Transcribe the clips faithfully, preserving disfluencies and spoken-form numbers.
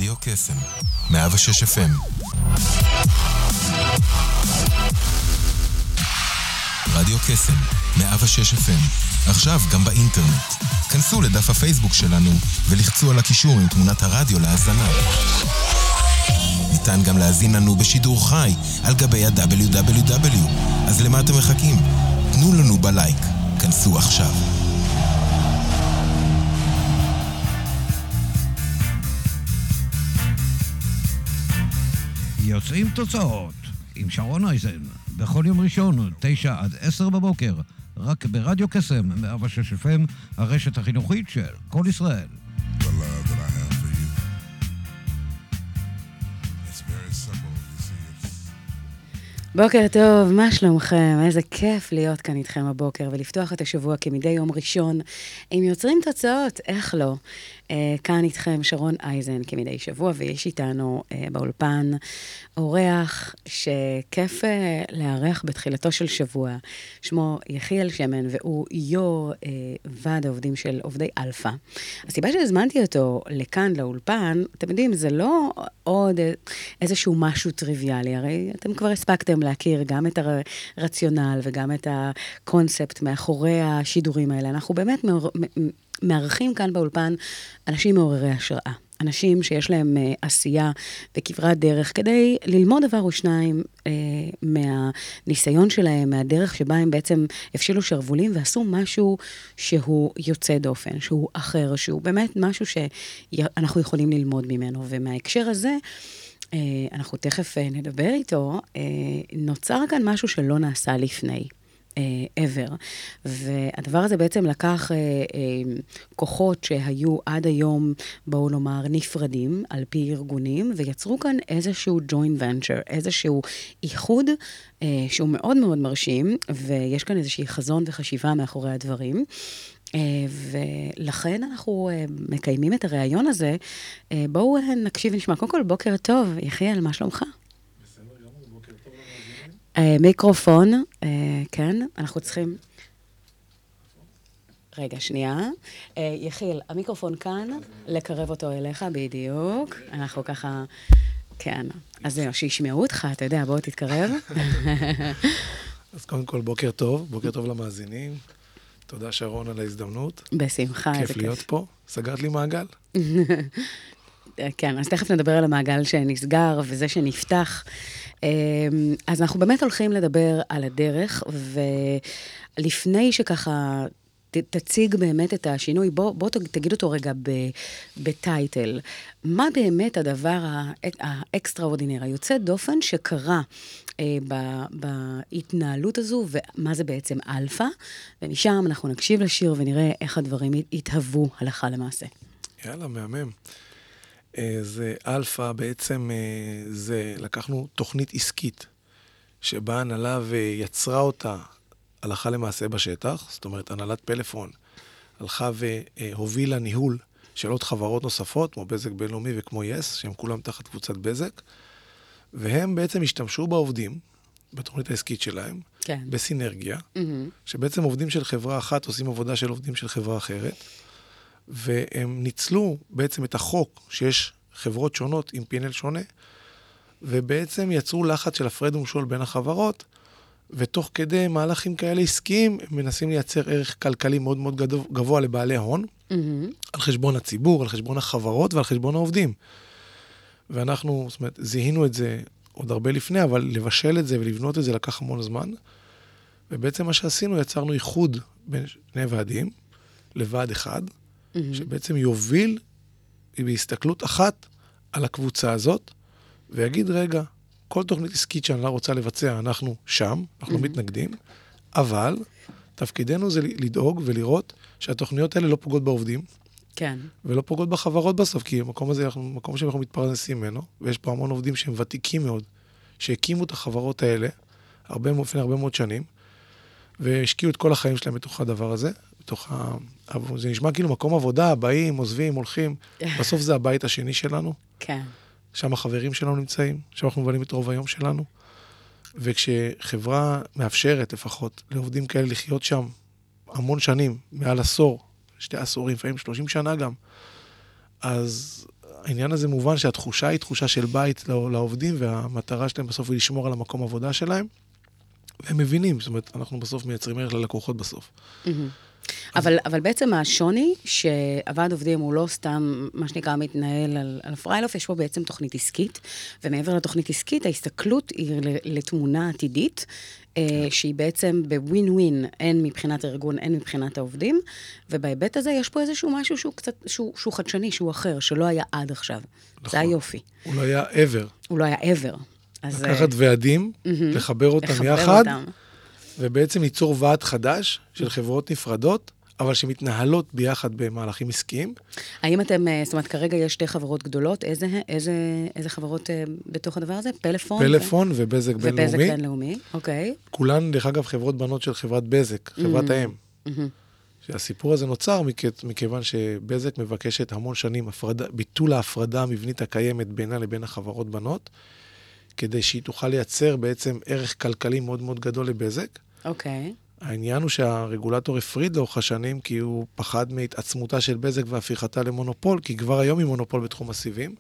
רדיו קסם, מאה ושש אף אם. רדיו קסם, מאה ושש אף אם. עכשיו גם באינטרנט. כנסו לדף הפייסבוק שלנו ולחצו על הקישור עם תמונת הרדיו להאזנה. ניתן גם להאזין לנו בשידור חי על גבי ה-דאבליו דאבליו דאבליו. אז למה אתם מחכים? תנו לנו בלייק. כנסו עכשיו. יוצאים תוצאות עם שרון אייזן בכל יום ראשון תשע עד עשר בבוקר רק ברדיו קסם מאה ושש אף אם, הרשת החינוכית של כל ישראל. בוקר טוב, מה שלומכם? איזה כיף להיות כאן איתכם הבוקר ולפתוח את השבוע כמדי יום ראשון עם יוצרים תוצאות, איך לא? אה, כאן איתכם שרון אייזן כמדי שבוע, ויש איתנו אה, באולפן אורח שכיף אה, לארח בתחילתו של שבוע. שמו יחיאל שמן והוא יו"ר אה, ועד העובדים של עובדי אלפא. הסיבה שהזמנתי אותו לכאן לאולפן, אתם יודעים, זה לא עוד איזשהו משהו טריוויאלי, הרי אתם כבר הספקתם להכיר גם את הרציונל וגם את הקונספט מאחורי השידורים האלה. אנחנו באמת מארחים כאן באולפן אנשים מעוררי השראה. אנשים שיש להם uh, עשייה וכברת דרך, כדי ללמוד דבר או שניים uh, מהניסיון שלהם, מהדרך שבה הם בעצם הפשילו שרבולים, ועשו משהו שהוא יוצא דופן, שהוא אחר, שהוא באמת משהו שאנחנו יכולים ללמוד ממנו. ומההקשר הזה, uh, אנחנו תכף uh, נדבר איתו, uh, נוצר כאן משהו שלא נעשה לפני. ever. והדבר הזה בעצם לקח אה, אה, כוחות שהיו עד היום, בואו נאמר, נפרדים על פי ארגונים, ויצרו כאן איזשהו joint venture, איזשהו איחוד אה, שהוא מאוד מאוד מרשים, ויש כאן איזושהי חזון וחשיבה מאחורי הדברים. Uh, ולכן אנחנו uh, מקיימים את הרעיון הזה. Uh, בואו uh, נקשיב ונשמע. קודם כל, בוקר טוב. יחיאל, מה שלומך? מיקרופון, כן, אנחנו צריכים... רגע, שנייה. יחיל, המיקרופון כאן, לקרב אותו אליך, בדיוק. אנחנו ככה... כן, אז זהו, שישמעו אותך, אתה יודע, בואו תתקרב. אז קודם כל, בוקר טוב, בוקר טוב למאזינים. תודה שרון על ההזדמנות. בשמחה, איזה כיף. כיף להיות פה. סגרת לי מעגל. כן, אז תכף נדבר על המעגל שנסגר וזה שנפתח. אז אנחנו באמת הולכים לדבר על הדרך, ולפני שככה תציג באמת את השינוי, בוא, בוא תגיד אותו רגע בטייטל. מה באמת הדבר האקסטראורדינרי, היוצא דופן שקרה בהתנהלות הזו, ומה זה בעצם אלפא, ומשם אנחנו נקשיב לשיר ונראה איך הדברים יתהוו הלכה למעשה. יאללה, מהמם. זה אלפא, בעצם זה, לקחנו תוכנית עסקית, שבה הנהלה ויצרה אותה הלכה למעשה בשטח, זאת אומרת, הנהלת פלאפון הלכה והובילה ניהול של עוד חברות נוספות, כמו בזק בינלאומי וכמו יס, שהם כולם תחת קבוצת בזק, והם בעצם השתמשו בעובדים, בתוכנית העסקית שלהם, כן. בסינרגיה, mm-hmm. שבעצם עובדים של חברה אחת עושים עבודה של עובדים של חברה אחרת, והם ניצלו בעצם את החוק שיש חברות שונות עם פינל שונה, ובעצם יצרו לחץ של הפרד ומשול בין החברות, ותוך כדי מהלכים כאלה עסקיים, הם מנסים לייצר ערך כלכלי מאוד מאוד גבוה לבעלי ההון, mm-hmm. על חשבון הציבור, על חשבון החברות ועל חשבון העובדים. ואנחנו, זאת אומרת, זיהינו את זה עוד הרבה לפני, אבל לבשל את זה ולבנות את זה לקח המון זמן, ובעצם מה שעשינו, יצרנו איחוד בין שני ועדים, לוועד אחד, mm-hmm. שבעצם יוביל בהסתכלות אחת על הקבוצה הזאת, ויגיד, רגע, כל תוכנית עסקית שאני לא רוצה לבצע, אנחנו שם, אנחנו mm-hmm. מתנגדים, אבל תפקידנו זה לדאוג ולראות שהתוכניות האלה לא פוגעות בעובדים, כן. ולא פוגעות בחברות בסוף, כי המקום הזה, אנחנו, מקום שאנחנו מתפרנסים ממנו, ויש פה המון עובדים שהם ותיקים מאוד, שהקימו את החברות האלה, הרבה, לפני הרבה מאוד שנים, והשקיעו את כל החיים שלהם בתוך הדבר הזה, בתוך ה... זה נשמע כאילו מקום עבודה, באים, עוזבים, הולכים, בסוף זה הבית השני שלנו. כן. שם החברים שלנו נמצאים, שם אנחנו מבלים את רוב היום שלנו, וכשחברה מאפשרת לפחות לעובדים כאלה לחיות שם המון שנים, מעל עשור, שתי עשורים, לפעמים שלושים שנה גם, אז העניין הזה מובן שהתחושה היא תחושה של בית לעובדים, והמטרה שלהם בסוף היא לשמור על המקום עבודה שלהם, והם מבינים, זאת אומרת, אנחנו בסוף מייצרים ערך ללקוחות בסוף. אבל, אבל בעצם השוני שהוועד עובדים הוא לא סתם, מה שנקרא, מתנהל על, על פריילוף, יש פה בעצם תוכנית עסקית, ומעבר לתוכנית עסקית, ההסתכלות היא לתמונה עתידית, שהיא בעצם בווין ווין, הן מבחינת הארגון, הן מבחינת העובדים, ובהיבט הזה יש פה איזשהו משהו שהוא קצת, שהוא, שהוא חדשני, שהוא אחר, שלא היה עד עכשיו. נכון. זה היופי. הוא לא היה ever. הוא לא היה ever. אז לקחת ועדים, לחבר אותם לחבר יחד, אותם. ובעצם ליצור ועד חדש של חברות נפרדות, אבל שמתנהלות ביחד במהלכים עסקיים. האם אתם, זאת אומרת, כרגע יש שתי חברות גדולות, איזה, איזה, איזה חברות בתוך הדבר הזה? פלאפון? פלאפון ו... ובזק בינלאומי. ובזק בינלאומי, אוקיי. כולן, דרך אגב, חברות בנות של חברת בזק, חברת האם. שהסיפור הזה נוצר מכיוון שבזק מבקשת המון שנים הפרדה, ביטול ההפרדה המבנית הקיימת בינה לבין החברות בנות, כדי שהיא תוכל לייצר בעצם ערך כלכלי מאוד מאוד גדול לבזק. אוקיי. העניין הוא שהרגולטור הפריד לאורך השנים, כי הוא פחד מהתעצמותה של בזק והפיכתה למונופול, כי כבר היום היא מונופול בתחום הסיבים,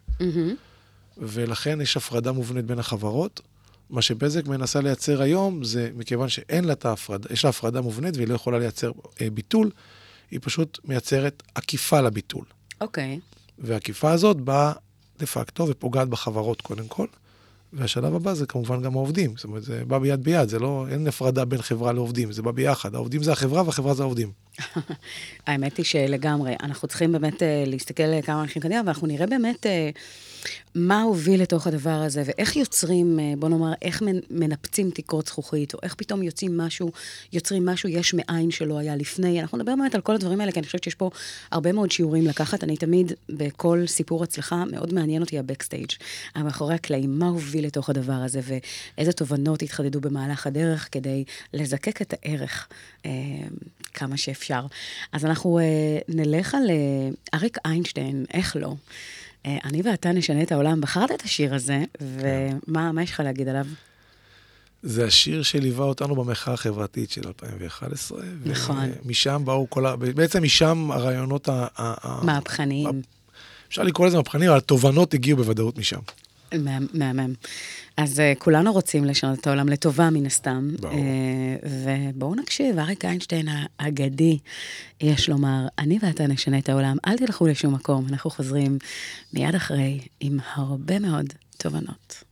ולכן יש הפרדה מובנית בין החברות. מה שבזק מנסה לייצר היום, זה מכיוון שאין לה את ההפרדה, יש לה הפרדה מובנית, והיא לא יכולה לייצר אה, ביטול, היא פשוט מייצרת עקיפה לביטול. אוקיי. והעקיפה הזאת באה דה פקטו ופוגעת בחברות קודם כל, והשלב הבא זה כמובן גם העובדים. זאת אומרת, זה בא ביד ביד, זה לא, אין הפרדה בין חברה לעובדים, זה בא ביחד. העובדים זה החברה והחברה זה העובדים. האמת היא שלגמרי, אנחנו צריכים באמת להסתכל כמה הולכים קדימה, ואנחנו נראה באמת מה הוביל לתוך הדבר הזה, ואיך יוצרים, בוא נאמר, איך מנפצים תקרות זכוכית, או איך פתאום יוצאים משהו, יוצרים משהו יש מאין שלא היה לפני. אנחנו נדבר באמת על כל הדברים האלה, כי אני חושבת שיש פה הרבה מאוד שיעורים לקחת. אני תמיד, בכל סיפור הצלחה, מאוד מעניין אותי הבקסטייג', מאחורי הקלעים, מה הוביל לתוך הדבר הזה, ואיזה תובנות התחדדו במהלך הדרך, כדי לזקק את הערך אה, כמה שאפשר. אז אנחנו אה, נלך על אה, אריק איינשטיין, איך לא? אני ואתה נשנה את העולם. בחרת את השיר הזה, ומה מה יש לך להגיד עליו? זה השיר שליווה אותנו במחאה החברתית של אלפיים ואחת עשרה. נכון. ומשם באו כל ה... בעצם משם הרעיונות ה... מהפכניים. אפשר לקרוא לזה מהפכניים, אבל התובנות הגיעו בוודאות משם. מהמם. אז uh, כולנו רוצים לשנות את העולם לטובה מן הסתם. ברור. Uh, ובואו נקשיב, אריק איינשטיין האגדי, יש לומר, אני ואתה נשנה את העולם, אל תלכו לשום מקום, אנחנו חוזרים מיד אחרי עם הרבה מאוד תובנות.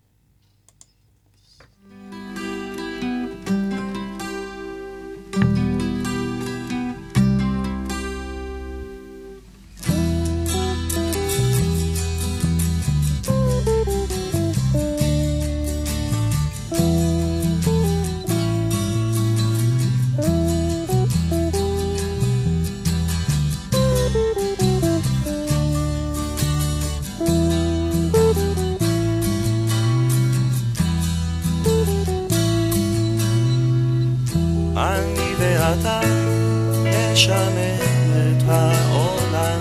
נשנה את העולם,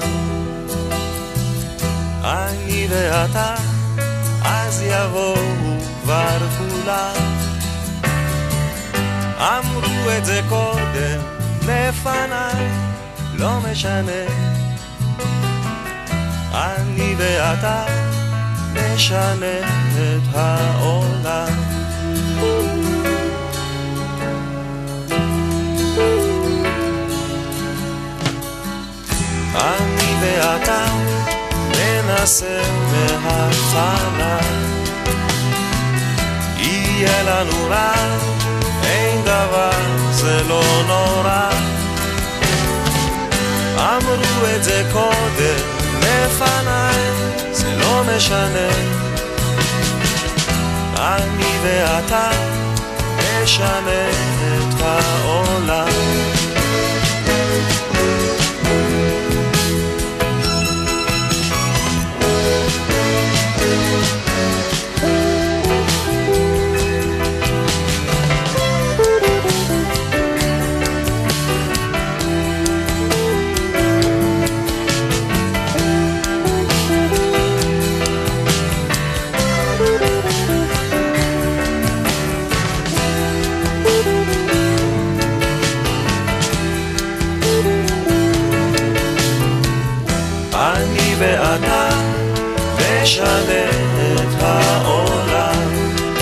אני ואתה, אז יבואו כבר כולם. אמרו את זה קודם לפניי, לא משנה, אני ואתה נשנה את העולם. אני ואתה ננסה מההתחלה, יהיה לנו רע, אין דבר, זה לא נורא. אמרו את זה קודם לפניי, זה לא משנה, אני ואתה נשנה את העולם. נשנה את העולם.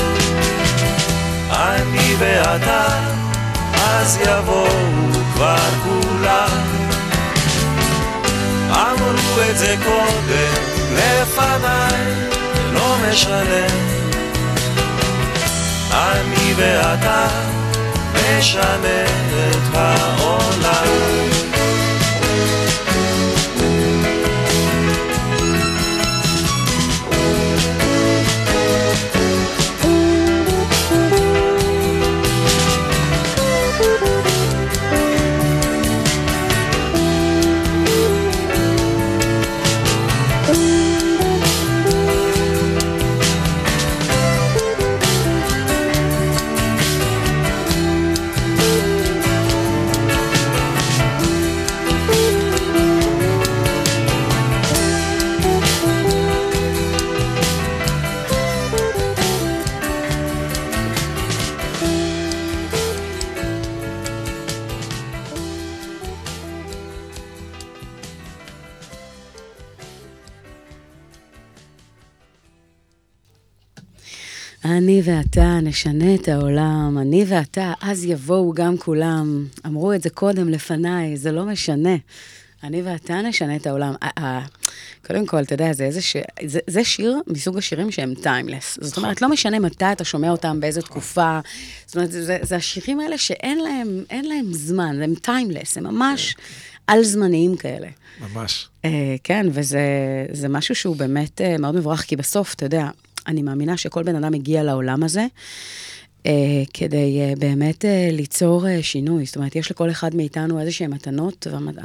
אני ואתה, אז יבואו כבר כולם. אמרו את זה קודם לפניי, לא משנה. אני ואתה משנה את העולם. אני ואתה נשנה את העולם, אני ואתה, אז יבואו גם כולם. אמרו את זה קודם לפניי, זה לא משנה. אני ואתה נשנה את העולם. קודם כל, אתה יודע, זה, איזה ש... זה, זה שיר מסוג השירים שהם טיימלס. זאת אומרת, לא משנה מתי אתה שומע אותם, באיזה תקופה. זאת אומרת, זה, זה השירים האלה שאין להם, אין להם זמן, הם טיימלס, הם ממש על זמניים כאלה. ממש. כן, וזה זה משהו שהוא באמת מאוד מבורך, כי בסוף, אתה יודע, אני מאמינה שכל בן אדם מגיע לעולם הזה, אה, כדי אה, באמת אה, ליצור אה, שינוי. זאת אומרת, יש לכל אחד מאיתנו איזושהי מתנות,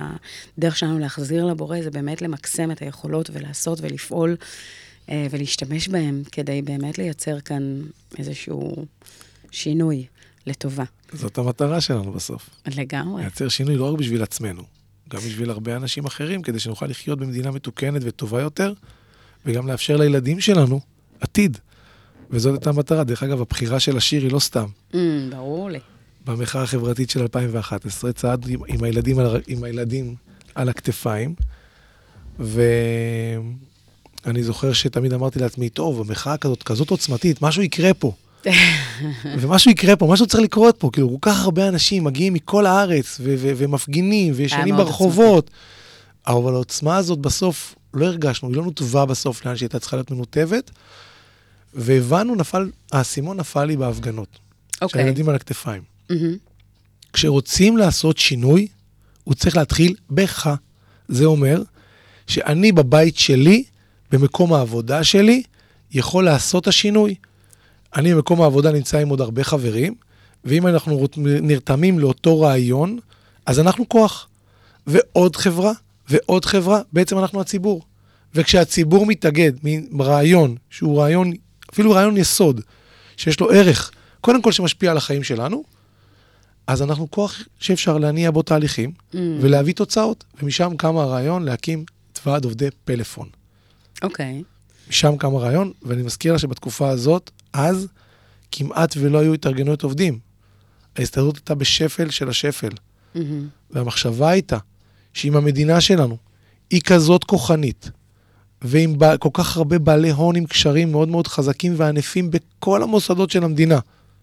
והדרך שלנו להחזיר לבורא זה באמת למקסם את היכולות ולעשות ולפעול אה, ולהשתמש בהם, כדי באמת לייצר כאן איזשהו שינוי לטובה. זאת המטרה שלנו בסוף. לגמרי. לייצר שינוי לא רק בשביל עצמנו, גם בשביל הרבה אנשים אחרים, כדי שנוכל לחיות במדינה מתוקנת וטובה יותר, וגם לאפשר לילדים שלנו עתיד. וזאת הייתה המטרה. דרך אגב, הבחירה של השיר היא לא סתם. Mm, ברור לי. במחאה החברתית של אלפיים ואחת עשרה, צעד עם, עם, הילדים, על, עם הילדים על הכתפיים, ואני זוכר שתמיד אמרתי לעצמי, טוב, המחאה כזאת, כזאת עוצמתית, משהו יקרה פה. ומשהו יקרה פה, משהו צריך לקרות פה, כאילו, כל כך הרבה אנשים מגיעים מכל הארץ, ו- ו- ומפגינים, וישנים ברחובות. אבל העוצמה הזאת בסוף לא הרגשנו, היא לא נותבה בסוף לאן שהייתה צריכה להיות מנותבת, והבנו, נפל, האסימון נפל לי בהפגנות. אוקיי. של הילדים על הכתפיים. Mm-hmm. כשרוצים לעשות שינוי, הוא צריך להתחיל בך. זה אומר שאני בבית שלי, במקום העבודה שלי, יכול לעשות השינוי. אני במקום העבודה נמצא עם עוד הרבה חברים, ואם אנחנו נרתמים לאותו רעיון, אז אנחנו כוח. ועוד חברה, ועוד חברה, בעצם אנחנו הציבור. וכשהציבור מתאגד מרעיון, שהוא רעיון, אפילו רעיון יסוד, שיש לו ערך, קודם כל שמשפיע על החיים שלנו, אז אנחנו כוח שאפשר להניע בו תהליכים, mm. ולהביא תוצאות, ומשם קם הרעיון להקים את ועד עובדי פלאפון. אוקיי. Okay. משם קם הרעיון, ואני מזכיר לה שבתקופה הזאת, אז כמעט ולא היו התארגנויות עובדים. ההסתדרות הייתה בשפל של השפל. Mm-hmm. והמחשבה הייתה, שאם המדינה שלנו היא כזאת כוחנית, ועם בע... כל כך הרבה בעלי הון עם קשרים מאוד מאוד חזקים וענפים בכל המוסדות של המדינה,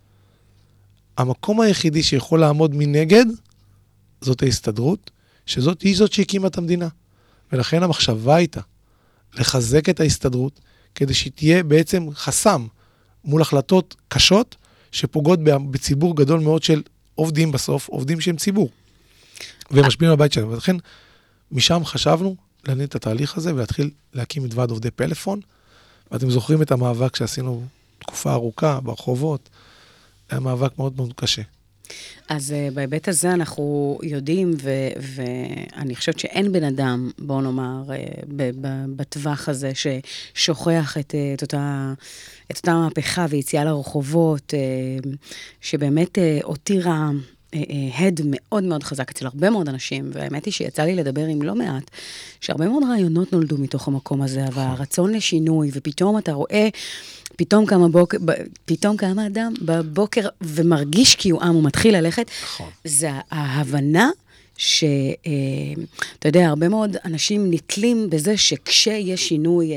המקום היחידי שיכול לעמוד מנגד, זאת ההסתדרות, שזאת היא זאת שהקימה את המדינה. ולכן המחשבה הייתה לחזק את ההסתדרות, כדי שהיא תהיה בעצם חסם מול החלטות קשות, שפוגעות בציבור גדול מאוד של עובדים בסוף, עובדים שהם ציבור, ומשפיעים על הבית שלהם. ולכן משם חשבנו להניע את התהליך הזה, ולהתחיל להקים את ועד עובדי פלאפון, ואתם זוכרים את המאבק שעשינו תקופה ארוכה ברחובות, היה מאבק מאוד מאוד קשה. אז uh, בהיבט הזה אנחנו יודעים, ו- ואני חושבת שאין בן אדם, בוא נאמר, uh, ב- ב- בטווח הזה, ששוכח את, uh, את, אותה, את אותה מהפכה ויציאה לרחובות, uh, שבאמת uh, הותירה uh, uh, הד מאוד מאוד חזק אצל הרבה מאוד אנשים, והאמת היא שיצא לי לדבר עם לא מעט, שהרבה מאוד רעיונות נולדו מתוך המקום הזה, והרצון לשינוי, ופתאום אתה רואה, פתאום קם הבוקר, פתאום קם האדם בבוקר ומרגיש קיועם, הוא מתחיל ללכת. נכון. זה ההבנה שאתה יודע, הרבה מאוד אנשים נתלים בזה שכשיש שינוי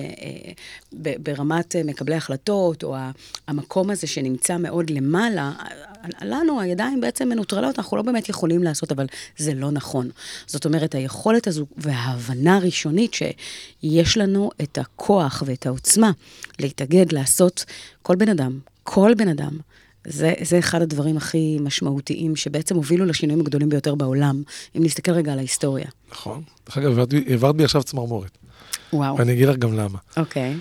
ברמת מקבלי החלטות, או המקום הזה שנמצא מאוד למעלה, לנו הידיים בעצם מנוטרלות, אנחנו לא באמת יכולים לעשות, אבל זה לא נכון. זאת אומרת, היכולת הזו וההבנה הראשונית שיש לנו את הכוח ואת העוצמה להתאגד, לעשות כל בן אדם, כל בן אדם, זה, זה אחד הדברים הכי משמעותיים, שבעצם הובילו לשינויים הגדולים ביותר בעולם, אם נסתכל רגע על ההיסטוריה. נכון. דרך אגב, העברת בי עכשיו צמרמורת. וואו. ואני אגיד לך גם למה. אוקיי.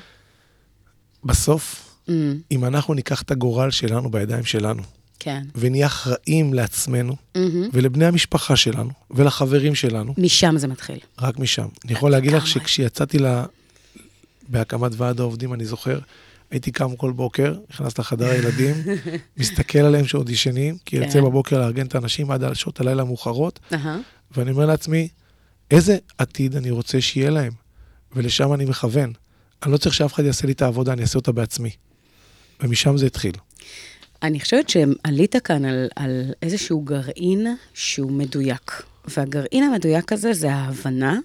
בסוף, mm. אם אנחנו ניקח את הגורל שלנו בידיים שלנו, כן. ונהיה אחראים לעצמנו, mm-hmm. ולבני המשפחה שלנו, ולחברים שלנו. משם זה מתחיל. רק משם. אני יכול להגיד לך שכשיצאתי לה... בהקמת ועד העובדים, אני זוכר, הייתי קם כל בוקר, נכנס לחדר הילדים, מסתכל עליהם שעוד ישנים, כי יוצא בבוקר לארגן את האנשים עד על שעות הלילה מאוחרות, ואני אומר לעצמי, איזה עתיד אני רוצה שיהיה להם? ולשם אני מכוון. אני לא צריך שאף אחד יעשה לי את העבודה, אני אעשה אותה בעצמי. ומשם זה התחיל. אני חושבת שעלית כאן על, על איזשהו גרעין שהוא מדויק. והגרעין המדויק הזה זה ההבנה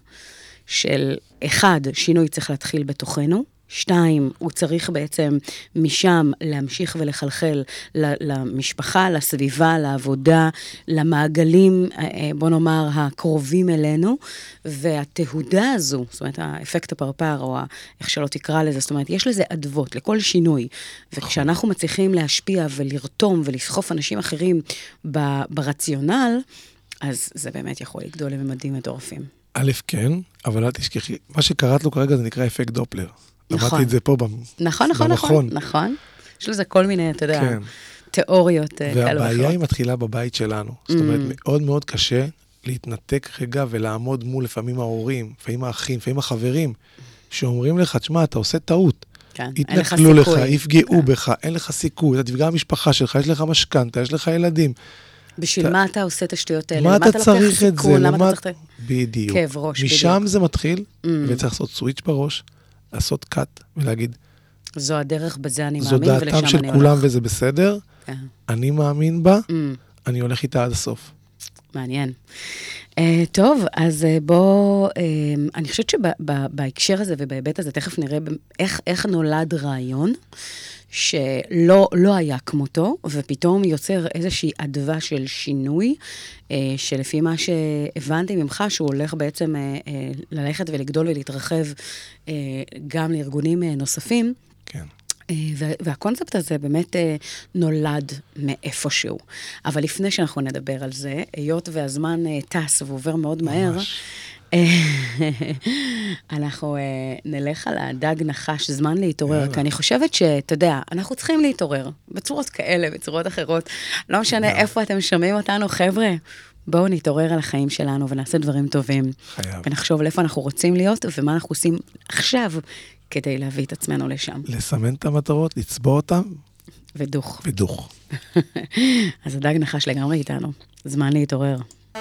של אחד, שינוי צריך להתחיל בתוכנו, שתיים, הוא צריך בעצם משם להמשיך ולחלחל למשפחה, לסביבה, לעבודה, למעגלים, בוא נאמר, הקרובים אלינו, והתהודה הזו, זאת אומרת, האפקט הפרפר, או איך שלא תקרא לזה, זאת אומרת, יש לזה עדבות, לכל שינוי, וכשאנחנו מצליחים להשפיע ולרתום ולסחוף אנשים אחרים ברציונל, אז זה באמת יכול לגדול לממדים מטורפים. א', כן, אבל אל תשכחי, מה שקראת לו כרגע זה נקרא אפקט דופלר. נכון. למדתי את זה פה במכון. נכון, נכון, נכון, נכון. יש לזה כל מיני, אתה יודע, תיאוריות כאלה ואחרות. והבעיה היא מתחילה בבית שלנו. זאת אומרת, מאוד מאוד קשה להתנתק רגע ולעמוד מול לפעמים ההורים, לפעמים האחים, לפעמים החברים, שאומרים לך, תשמע, אתה עושה טעות. יתנכלו לך, יפגעו בך, אין לך סיכוי, אתה תפגע המשפחה שלך, יש לך משכנתה, יש לך ילדים. בשביל מה אתה עושה את השטויות האלה? מה אתה צריך את זה? למה אתה צריך בדיוק. כאב ראש, בדיוק. משם זה מתחיל, וצריך לעשות סוויץ' בראש, לעשות קאט ולהגיד, זו הדרך, בזה אני מאמין, ולשם אני הולך. זו דעתם של כולם וזה בסדר, אני מאמין בה, אני הולך איתה עד הסוף. מעניין. טוב, אז בוא, אני חושבת שבהקשר הזה ובהיבט הזה, תכף נראה איך נולד רעיון, שלא לא היה כמותו, ופתאום יוצר איזושהי עדווה של שינוי, שלפי מה שהבנתי ממך, שהוא הולך בעצם ללכת ולגדול ולהתרחב גם לארגונים נוספים. כן. והקונספט הזה באמת נולד מאיפשהו. אבל לפני שאנחנו נדבר על זה, היות והזמן טס ועובר מאוד מהר, אנחנו נלך על הדג נחש, זמן להתעורר, כי אני חושבת שאתה יודע, אנחנו צריכים להתעורר, בצורות כאלה, בצורות אחרות, לא משנה איפה אתם שומעים אותנו, חבר'ה, בואו נתעורר על החיים שלנו ונעשה דברים טובים, ונחשוב לאיפה אנחנו רוצים להיות, ומה אנחנו עושים עכשיו, כדי להביא את עצמנו לשם. לסמן את המטרות, לצבוע אותם. ודוך. ודוך. אז הדג נחש לגמרי איתנו, זמן להתעורר.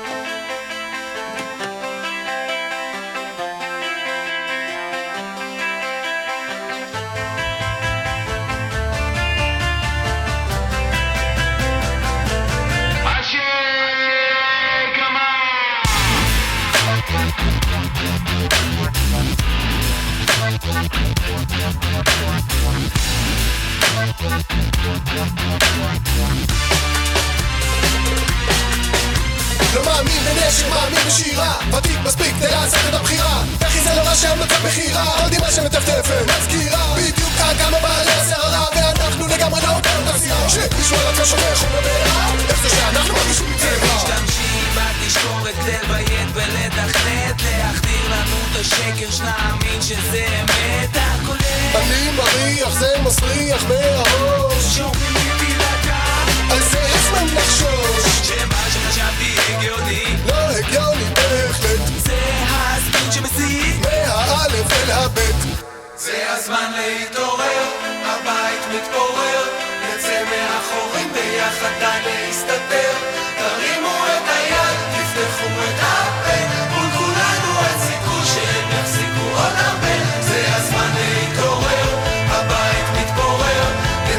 לא מאמין בנשק, מאמין בשירה, ותיק מספיק כדי לעשות את הבחירה, וכי זה לא מה שהמצב בחירה, עוד אימה שמטפטפת, מזכירה בדיוק כמה בעלי הסערה, ואנחנו לגמרי לא אותם נסיעה, שמישהו על עצמו שומך ומבעה, איך זה שאנחנו מרגישים מצבע. משתמשים בתשקורת כדי לביית ולתכנת, להחדיר לנו את השקר שנאמין שזה אמת, הכולל אני מריח, זה מסריח מהראש, שומעים לי לקה, על זה הזמן לחשוש, שמה שחשבתי הגיוני, לא הגיוני בהחלט, זה הספין שמסית, מהאלף אל הבית, זה הזמן להתעורר, הבית מתפורר, נצא מאחורים ביחד די להסתתר, תרימו את היד, תפתחו את הפה, מול כולנו אין סיכוי שהם יחזיקו עוד הרבה, זה הזמן להתעורר, הבית מתפורר,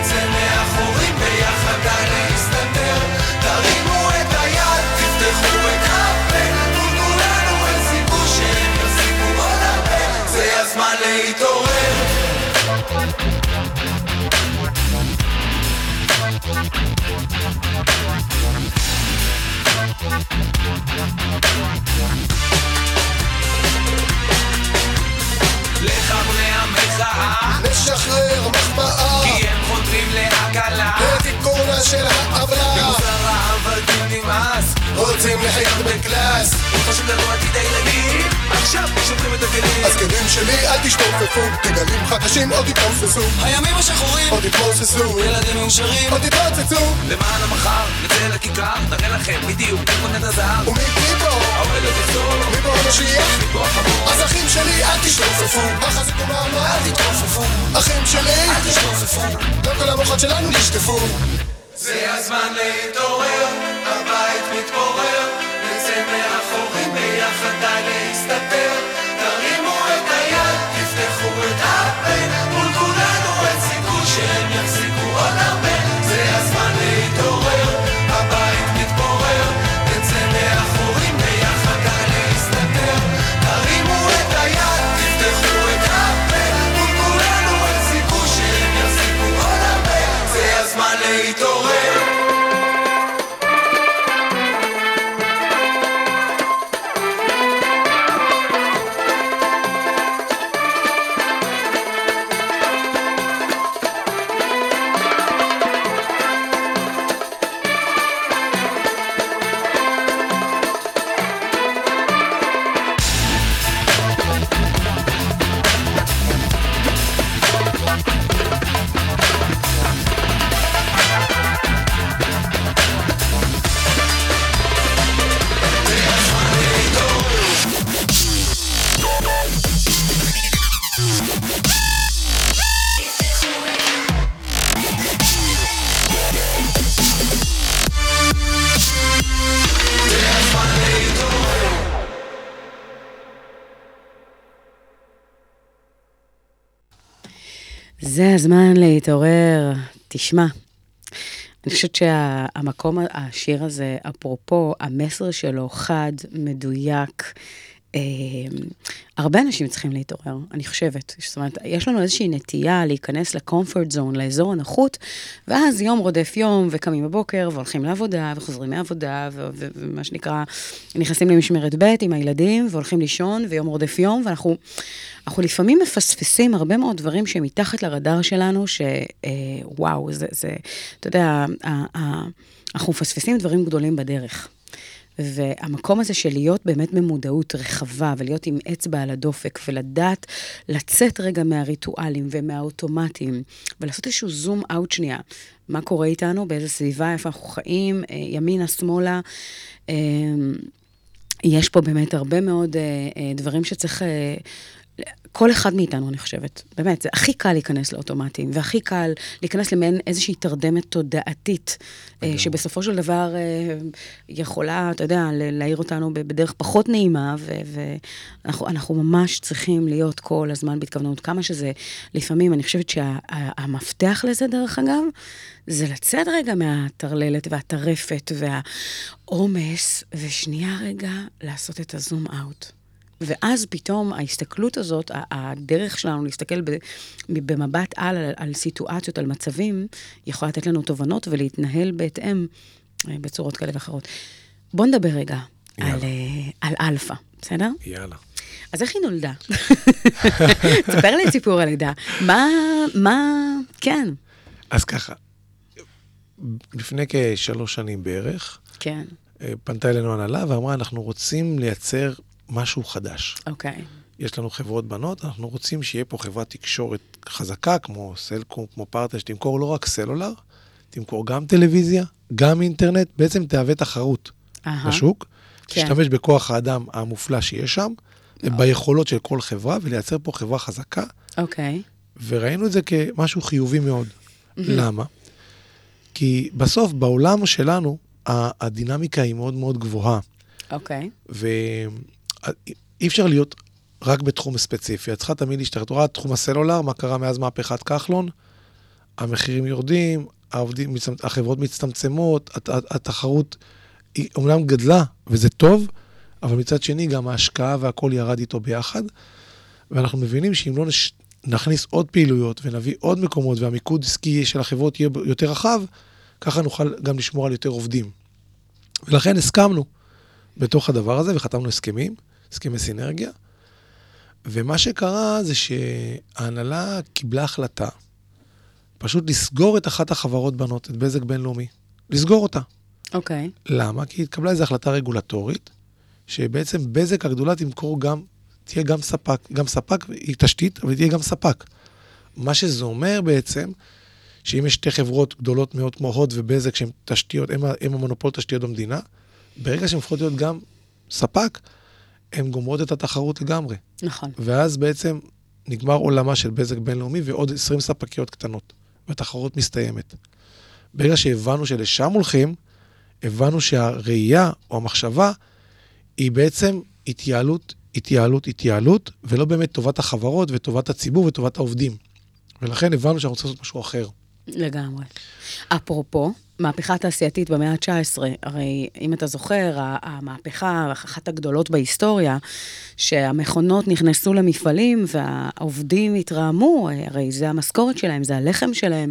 הרעה, נשחרר מחמאה, כי הם חותרים להקלה, לתיקונה של העוולה. במוסר העבדים נמאס, רוצים לחיות בקלאס, הוא חשוב לנו עתיד הילדים, עכשיו שוברים את הגלים. הזקנים שלי אל תשתופפו, כגלים חדשים עוד יתנוססו, הימים השחורים עוד יתמוססו, ילדים מאושרים עוד יתרוצצו. למען המחר, נצא לכיכר, נראה לכם בדיוק איפה קונת הזהב. ומי פה? העובד עוד יחזור, מי פה המשיח? מפה החמור, אז אחים שלי אל תשתופפו, החזיקו מעמד, אל תתרופפו, אחים שלי אל תשתופפו. לא כל המוחות שלנו נשטפו. זה הזמן להתעורר, הבית מתפורר, נצא מהחורים ביחד די להסתתר. תרימו את היד, תפתחו את הפה, מול כולנו אין סיכוי שהם יחזיקו עוד הרבה. זה הזמן להתעורר, הבית מתפורר, נצא מהחורים ביחד די להסתתר. תרימו את היד, תפתחו את הפה, מול כולנו אין סיכוי שהם יחזיקו עוד הרבה. זה הזמן להתעורר. זה הזמן להתעורר. תשמע, אני חושבת שהמקום, השיר הזה, אפרופו, המסר שלו חד, מדויק, אה, הרבה אנשים צריכים להתעורר, אני חושבת. זאת אומרת, יש לנו איזושהי נטייה להיכנס לקומפורט זון, לאזור הנוחות, ואז יום רודף יום, וקמים בבוקר, והולכים לעבודה, וחוזרים מעבודה, ו- ו- ומה שנקרא, נכנסים למשמרת ב' עם הילדים, והולכים לישון, ויום רודף יום, ואנחנו אנחנו לפעמים מפספסים הרבה מאוד דברים שמתחת לרדאר שלנו, שוואו, זה, זה, אתה יודע, אנחנו מפספסים דברים גדולים בדרך. והמקום הזה של להיות באמת במודעות רחבה, ולהיות עם אצבע על הדופק, ולדעת לצאת רגע מהריטואלים ומהאוטומטים, ולעשות איזשהו זום אאוט שנייה. מה קורה איתנו, באיזה סביבה, איפה אנחנו חיים, ימינה, שמאלה. יש פה באמת הרבה מאוד דברים שצריך... כל אחד מאיתנו, אני חושבת, באמת, זה הכי קל להיכנס לאוטומטים, והכי קל להיכנס למעין איזושהי תרדמת תודעתית, שבסופו של דבר יכולה, אתה יודע, להעיר אותנו בדרך פחות נעימה, ואנחנו ממש צריכים להיות כל הזמן בהתכוונות, כמה שזה, לפעמים, אני חושבת שהמפתח לזה, דרך אגב, זה לצאת רגע מהטרללת והטרפת והעומס, ושנייה רגע לעשות את הזום אאוט. ואז פתאום ההסתכלות הזאת, הדרך שלנו להסתכל במבט על, על, על סיטואציות, על מצבים, יכולה לתת לנו תובנות ולהתנהל בהתאם בצורות כאלה ואחרות. בוא נדבר רגע על, על אלפא, בסדר? יאללה. אז איך היא נולדה? תספר לי את סיפור הלידה. מה, מה, כן. אז ככה, לפני כשלוש שנים בערך, כן. פנתה אלינו הנהלה ואמרה, אנחנו רוצים לייצר משהו חדש. אוקיי. Okay. יש לנו חברות בנות, אנחנו רוצים שיהיה פה חברת תקשורת חזקה, כמו סלקום, כמו פרטנר, שתמכור לא רק סלולר, תמכור גם טלוויזיה, גם אינטרנט, בעצם תהווה תחרות uh-huh. בשוק, כן. תשתמש בכוח האדם המופלא שיש שם, oh. ביכולות של כל חברה, ולייצר פה חברה חזקה. אוקיי. Okay. וראינו את זה כמשהו חיובי מאוד. Mm-hmm. למה? כי בסוף, בעולם שלנו, הדינמיקה היא מאוד מאוד גבוהה. אוקיי. Okay. ואי אפשר להיות רק בתחום ספציפי. את צריכה תמיד להשתחרר. רואה תחום הסלולר, מה קרה מאז מהפכת כחלון? המחירים יורדים, העובדים, החברות מצטמצמות, התחרות היא אומנם גדלה, וזה טוב, אבל מצד שני גם ההשקעה והכל ירד איתו ביחד, ואנחנו מבינים שאם לא נש... נכניס עוד פעילויות ונביא עוד מקומות, והמיקוד עסקי של החברות יהיה יותר רחב, ככה נוכל גם לשמור על יותר עובדים. ולכן הסכמנו בתוך הדבר הזה, וחתמנו הסכמים, הסכמי סינרגיה, ומה שקרה זה שההנהלה קיבלה החלטה, פשוט לסגור את אחת החברות בנות, את בזק בינלאומי. לסגור אותה. אוקיי. למה? כי התקבלה איזו החלטה רגולטורית, שבעצם בזק הגדולה תמכור גם, תהיה גם ספק, גם ספק, היא תשתית, אבל תהיה גם ספק. מה שזה אומר בעצם, שאם יש שתי חברות גדולות מאוד כמו הוט ובזק, שהן תשתיות, הם, הם המונופול תשתיות במדינה, ברגע שהן הופכות להיות גם ספק, הן גומרות את התחרות לגמרי. נכון. ואז בעצם נגמר עולמה של בזק בינלאומי, ועוד עשרים ספקיות קטנות, והתחרות מסתיימת. ברגע שהבנו שלשם הולכים, הבנו שהראייה או המחשבה היא בעצם התייעלות, התייעלות, התייעלות, ולא באמת טובת החברות וטובת הציבור וטובת העובדים. ולכן הבנו שאנחנו צריכים לעשות משהו אחר. לגמרי. אפרופו, מהפכה התעשייתית במאה ה-תשע עשרה, הרי אם אתה זוכר, המהפכה, אחת הגדולות בהיסטוריה, שהמכונות נכנסו למפעלים והעובדים התרעמו, הרי זה המשכורת שלהם, זה הלחם שלהם,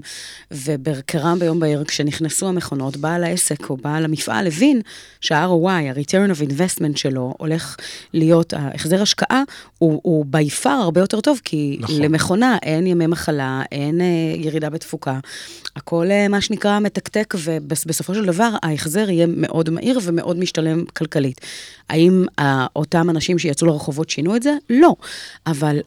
ובקרם ביום בהיר, כשנכנסו המכונות, בעל העסק או בעל המפעל הבין שה-אר או איי, ה-return of investment שלו, הולך להיות, ההחזר השקעה, הוא, הוא by far הרבה יותר טוב, כי נכון. למכונה אין ימי מחלה, אין ירידה בתפוקה, הכל מה שנקרא מתקתק, ובסופו של דבר ההחזר יהיה מאוד מהיר ומאוד משתלם כלכלית. האם אותם אנשים שיצאו לרחובות שינו את זה? לא. אבל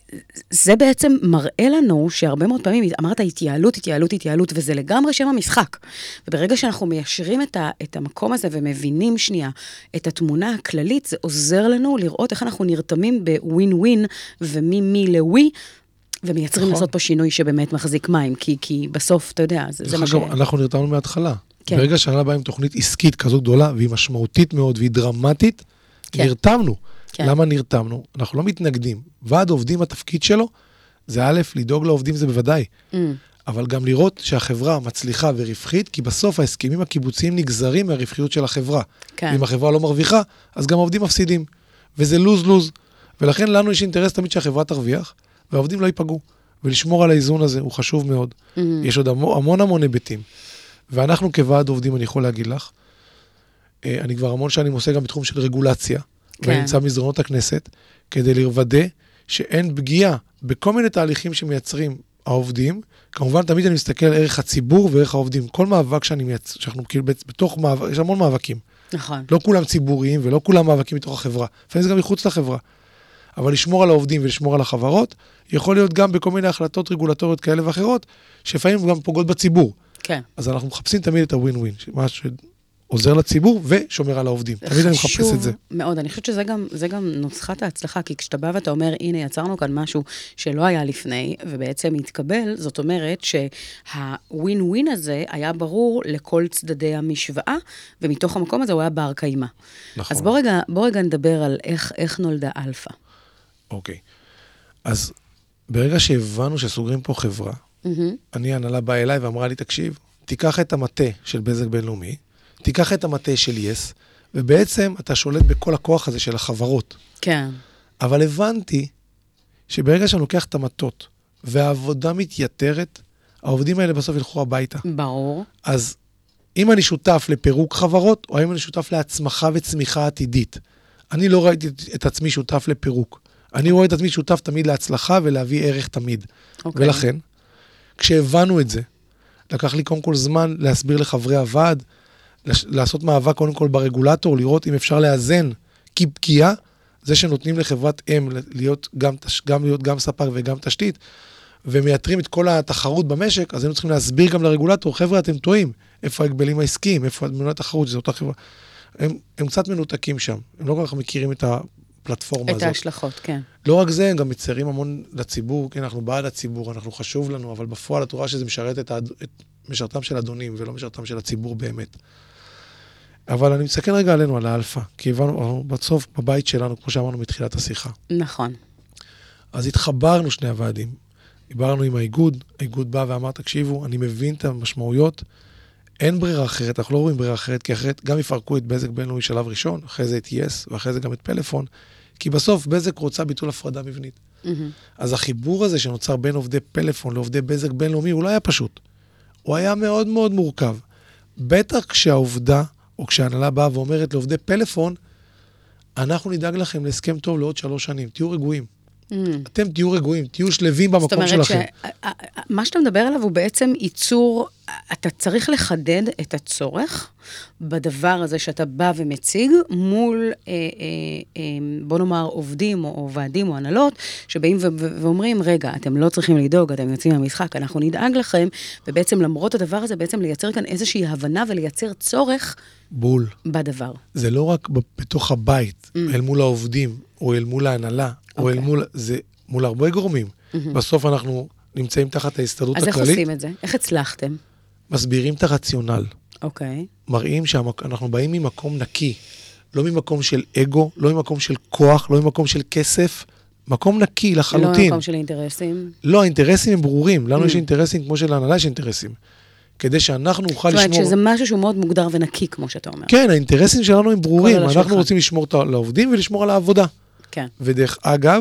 זה בעצם מראה לנו שהרבה מאוד פעמים אמרת התייעלות, התייעלות, התייעלות, וזה לגמרי שם המשחק. וברגע שאנחנו מיישרים את, ה, את המקום הזה ומבינים שנייה את התמונה הכללית, זה עוזר לנו לראות איך אנחנו נרתמים בווין ווין וממי לווי, ומייצרים לעשות פה שינוי שבאמת מחזיק מים, כי, כי בסוף, אתה יודע, זה, זה מה ש... אנחנו נרתמנו מההתחלה. כן. ברגע שהנהלה באה עם תוכנית עסקית כזו גדולה, והיא משמעותית מאוד, והיא דרמטית, כן. נרתמנו. כן. למה נרתמנו? אנחנו לא מתנגדים. ועד עובדים, התפקיד שלו, זה א', לדאוג לעובדים זה בוודאי. Mm. אבל גם לראות שהחברה מצליחה ורווחית, כי בסוף ההסכמים הקיבוציים נגזרים מהרווחיות של החברה. כן. אם החברה לא מרוויחה, אז גם העובדים מפסידים. וזה לוז-לוז. ולכן לנו יש אינטרס תמיד שהחברה תרוויח, והעובדים לא ייפגעו. ולשמור על האיזון הזה הוא חשוב מאוד. Mm-hmm. יש עוד המון המון, המון היבטים. ואנחנו כוועד עובדים, אני יכול להגיד לך, אני כבר המון שנים עושה גם בתחום של רגולציה, כן. ואני נמצא במסדרונות הכנסת, כדי לוודא שאין פגיעה בכל מיני תהליכים שמייצרים העובדים. כמובן, תמיד אני מסתכל על ערך הציבור וערך העובדים. כל מאבק שאני מייצר, שאנחנו כאילו בתוך מאבק, יש המון מאבקים. נכון. לא כולם ציבוריים ולא כולם מאבקים מתוך החברה. לפעמים זה גם מחוץ לחברה. אבל לשמור על העובדים ולשמור על החברות, יכול להיות גם בכל מיני החלטות רגולטוריות כאלה ואחרות, שלפעמים גם פוגעות בציבור. כן. אז אנחנו מחפשים תמיד את הווין ווין, מה שעוזר לציבור ושומר על העובדים. תמיד אני מחפש את זה. מאוד, אני חושבת שזה גם, זה גם נוסחת ההצלחה, כי כשאתה בא ואתה אומר, הנה, יצרנו כאן משהו שלא היה לפני, ובעצם התקבל, זאת אומרת שהווין ווין הזה היה ברור לכל צדדי המשוואה, ומתוך המקום הזה הוא היה בר קיימא. נכון. אז בוא רגע, בוא רגע נדבר על איך, איך נולדה אלפא. אוקיי. אז ברגע שהבנו שסוגרים פה חברה, mm-hmm. אני, הנהלה באה אליי ואמרה לי, תקשיב, תיקח את המטה של בזק בינלאומי, תיקח את המטה של יס, ובעצם אתה שולט בכל הכוח הזה של החברות. כן. אבל הבנתי שברגע שאני לוקח את המטות, והעבודה מתייתרת, העובדים האלה בסוף ילכו הביתה. ברור. אז אם אני שותף לפירוק חברות, או אם אני שותף להצמחה וצמיחה עתידית, אני לא ראיתי את עצמי שותף לפירוק. אני רואה את עצמי שותף תמיד להצלחה ולהביא ערך תמיד. Okay. ולכן, כשהבנו את זה, לקח לי קודם כל זמן להסביר לחברי הוועד, לעשות מאבק קודם כל ברגולטור, לראות אם אפשר לאזן, כי פגיעה, זה שנותנים לחברת אם להיות גם, גם, להיות גם ספק וגם תשתית, ומייתרים את כל התחרות במשק, אז היינו צריכים להסביר גם לרגולטור, חבר'ה, אתם טועים, איפה ההגבלים העסקיים, איפה מנוע התחרות, שזו אותה חברה. הם, הם קצת מנותקים שם, הם לא כל כך מכירים את הפלטפורמה הזאת. את ההשלכות, כן. לא רק זה, הם גם מציירים המון לציבור, כן, אנחנו בעד הציבור, אנחנו חשוב לנו, אבל בפועל התורה שזה משרת את, הד... את משרתם של אדונים, ולא משרתם של הציבור באמת. אבל אני מסתכל רגע עלינו, על האלפא, כי הבנו, בסוף, בבית שלנו, כמו שאמרנו מתחילת השיחה. נכון. אז התחברנו שני הוועדים, דיברנו עם האיגוד, האיגוד בא ואמר, תקשיבו, אני מבין את המשמעויות, אין ברירה אחרת, אנחנו לא רואים ברירה אחרת, כי אחרת גם יפרקו את בזק בינלאומי שלב ראשון, אחרי זה את יס, ואחרי זה גם את פלאפון, כי בסוף בזק רוצה ביטול הפרדה מבנית. Mm-hmm. אז החיבור הזה שנוצר בין עובדי פלאפון לעובדי בזק בינלאומי, הוא לא היה פשוט. הוא היה מאוד מאוד מורכב. בטח כשהעובדה, או כשההנהלה באה ואומרת לעובדי פלאפון, אנחנו נדאג לכם להסכם טוב לעוד שלוש שנים, תהיו רגועים. אתם תהיו רגועים, תהיו שלבים במקום שלכם. זאת אומרת שמה שאתה מדבר עליו הוא בעצם ייצור, אתה צריך לחדד את הצורך בדבר הזה שאתה בא ומציג מול, אה, אה, אה, בוא נאמר, עובדים או, או ועדים או הנהלות, שבאים ו- ו- ואומרים, רגע, אתם לא צריכים לדאוג, אתם יוצאים מהמשחק, אנחנו נדאג לכם, ובעצם למרות הדבר הזה, בעצם לייצר כאן איזושהי הבנה ולייצר צורך בול. בדבר. זה לא רק בתוך הבית, mm. אל מול העובדים, או אל מול ההנהלה, okay. או אל מול, זה מול הרבה גורמים. Mm-hmm. בסוף אנחנו נמצאים תחת ההסתדרות הכללית. אז איך עושים את זה? איך הצלחתם? מסבירים את הרציונל. אוקיי. Okay. מראים שאנחנו באים ממקום נקי, לא ממקום של אגו, לא ממקום של כוח, לא ממקום של כסף, מקום נקי לחלוטין. לא ממקום של אינטרסים? לא, האינטרסים הם ברורים. לנו mm. יש אינטרסים כמו שלהנהלה יש אינטרסים. כדי שאנחנו נוכל לשמור... זאת אומרת שזה משהו שהוא מאוד מוגדר ונקי, כמו שאתה אומר. כן, האינטרסים שלנו הם ברורים. אנחנו רוצים לשמור על העובדים ולשמור על העבודה. כן. ודרך אגב,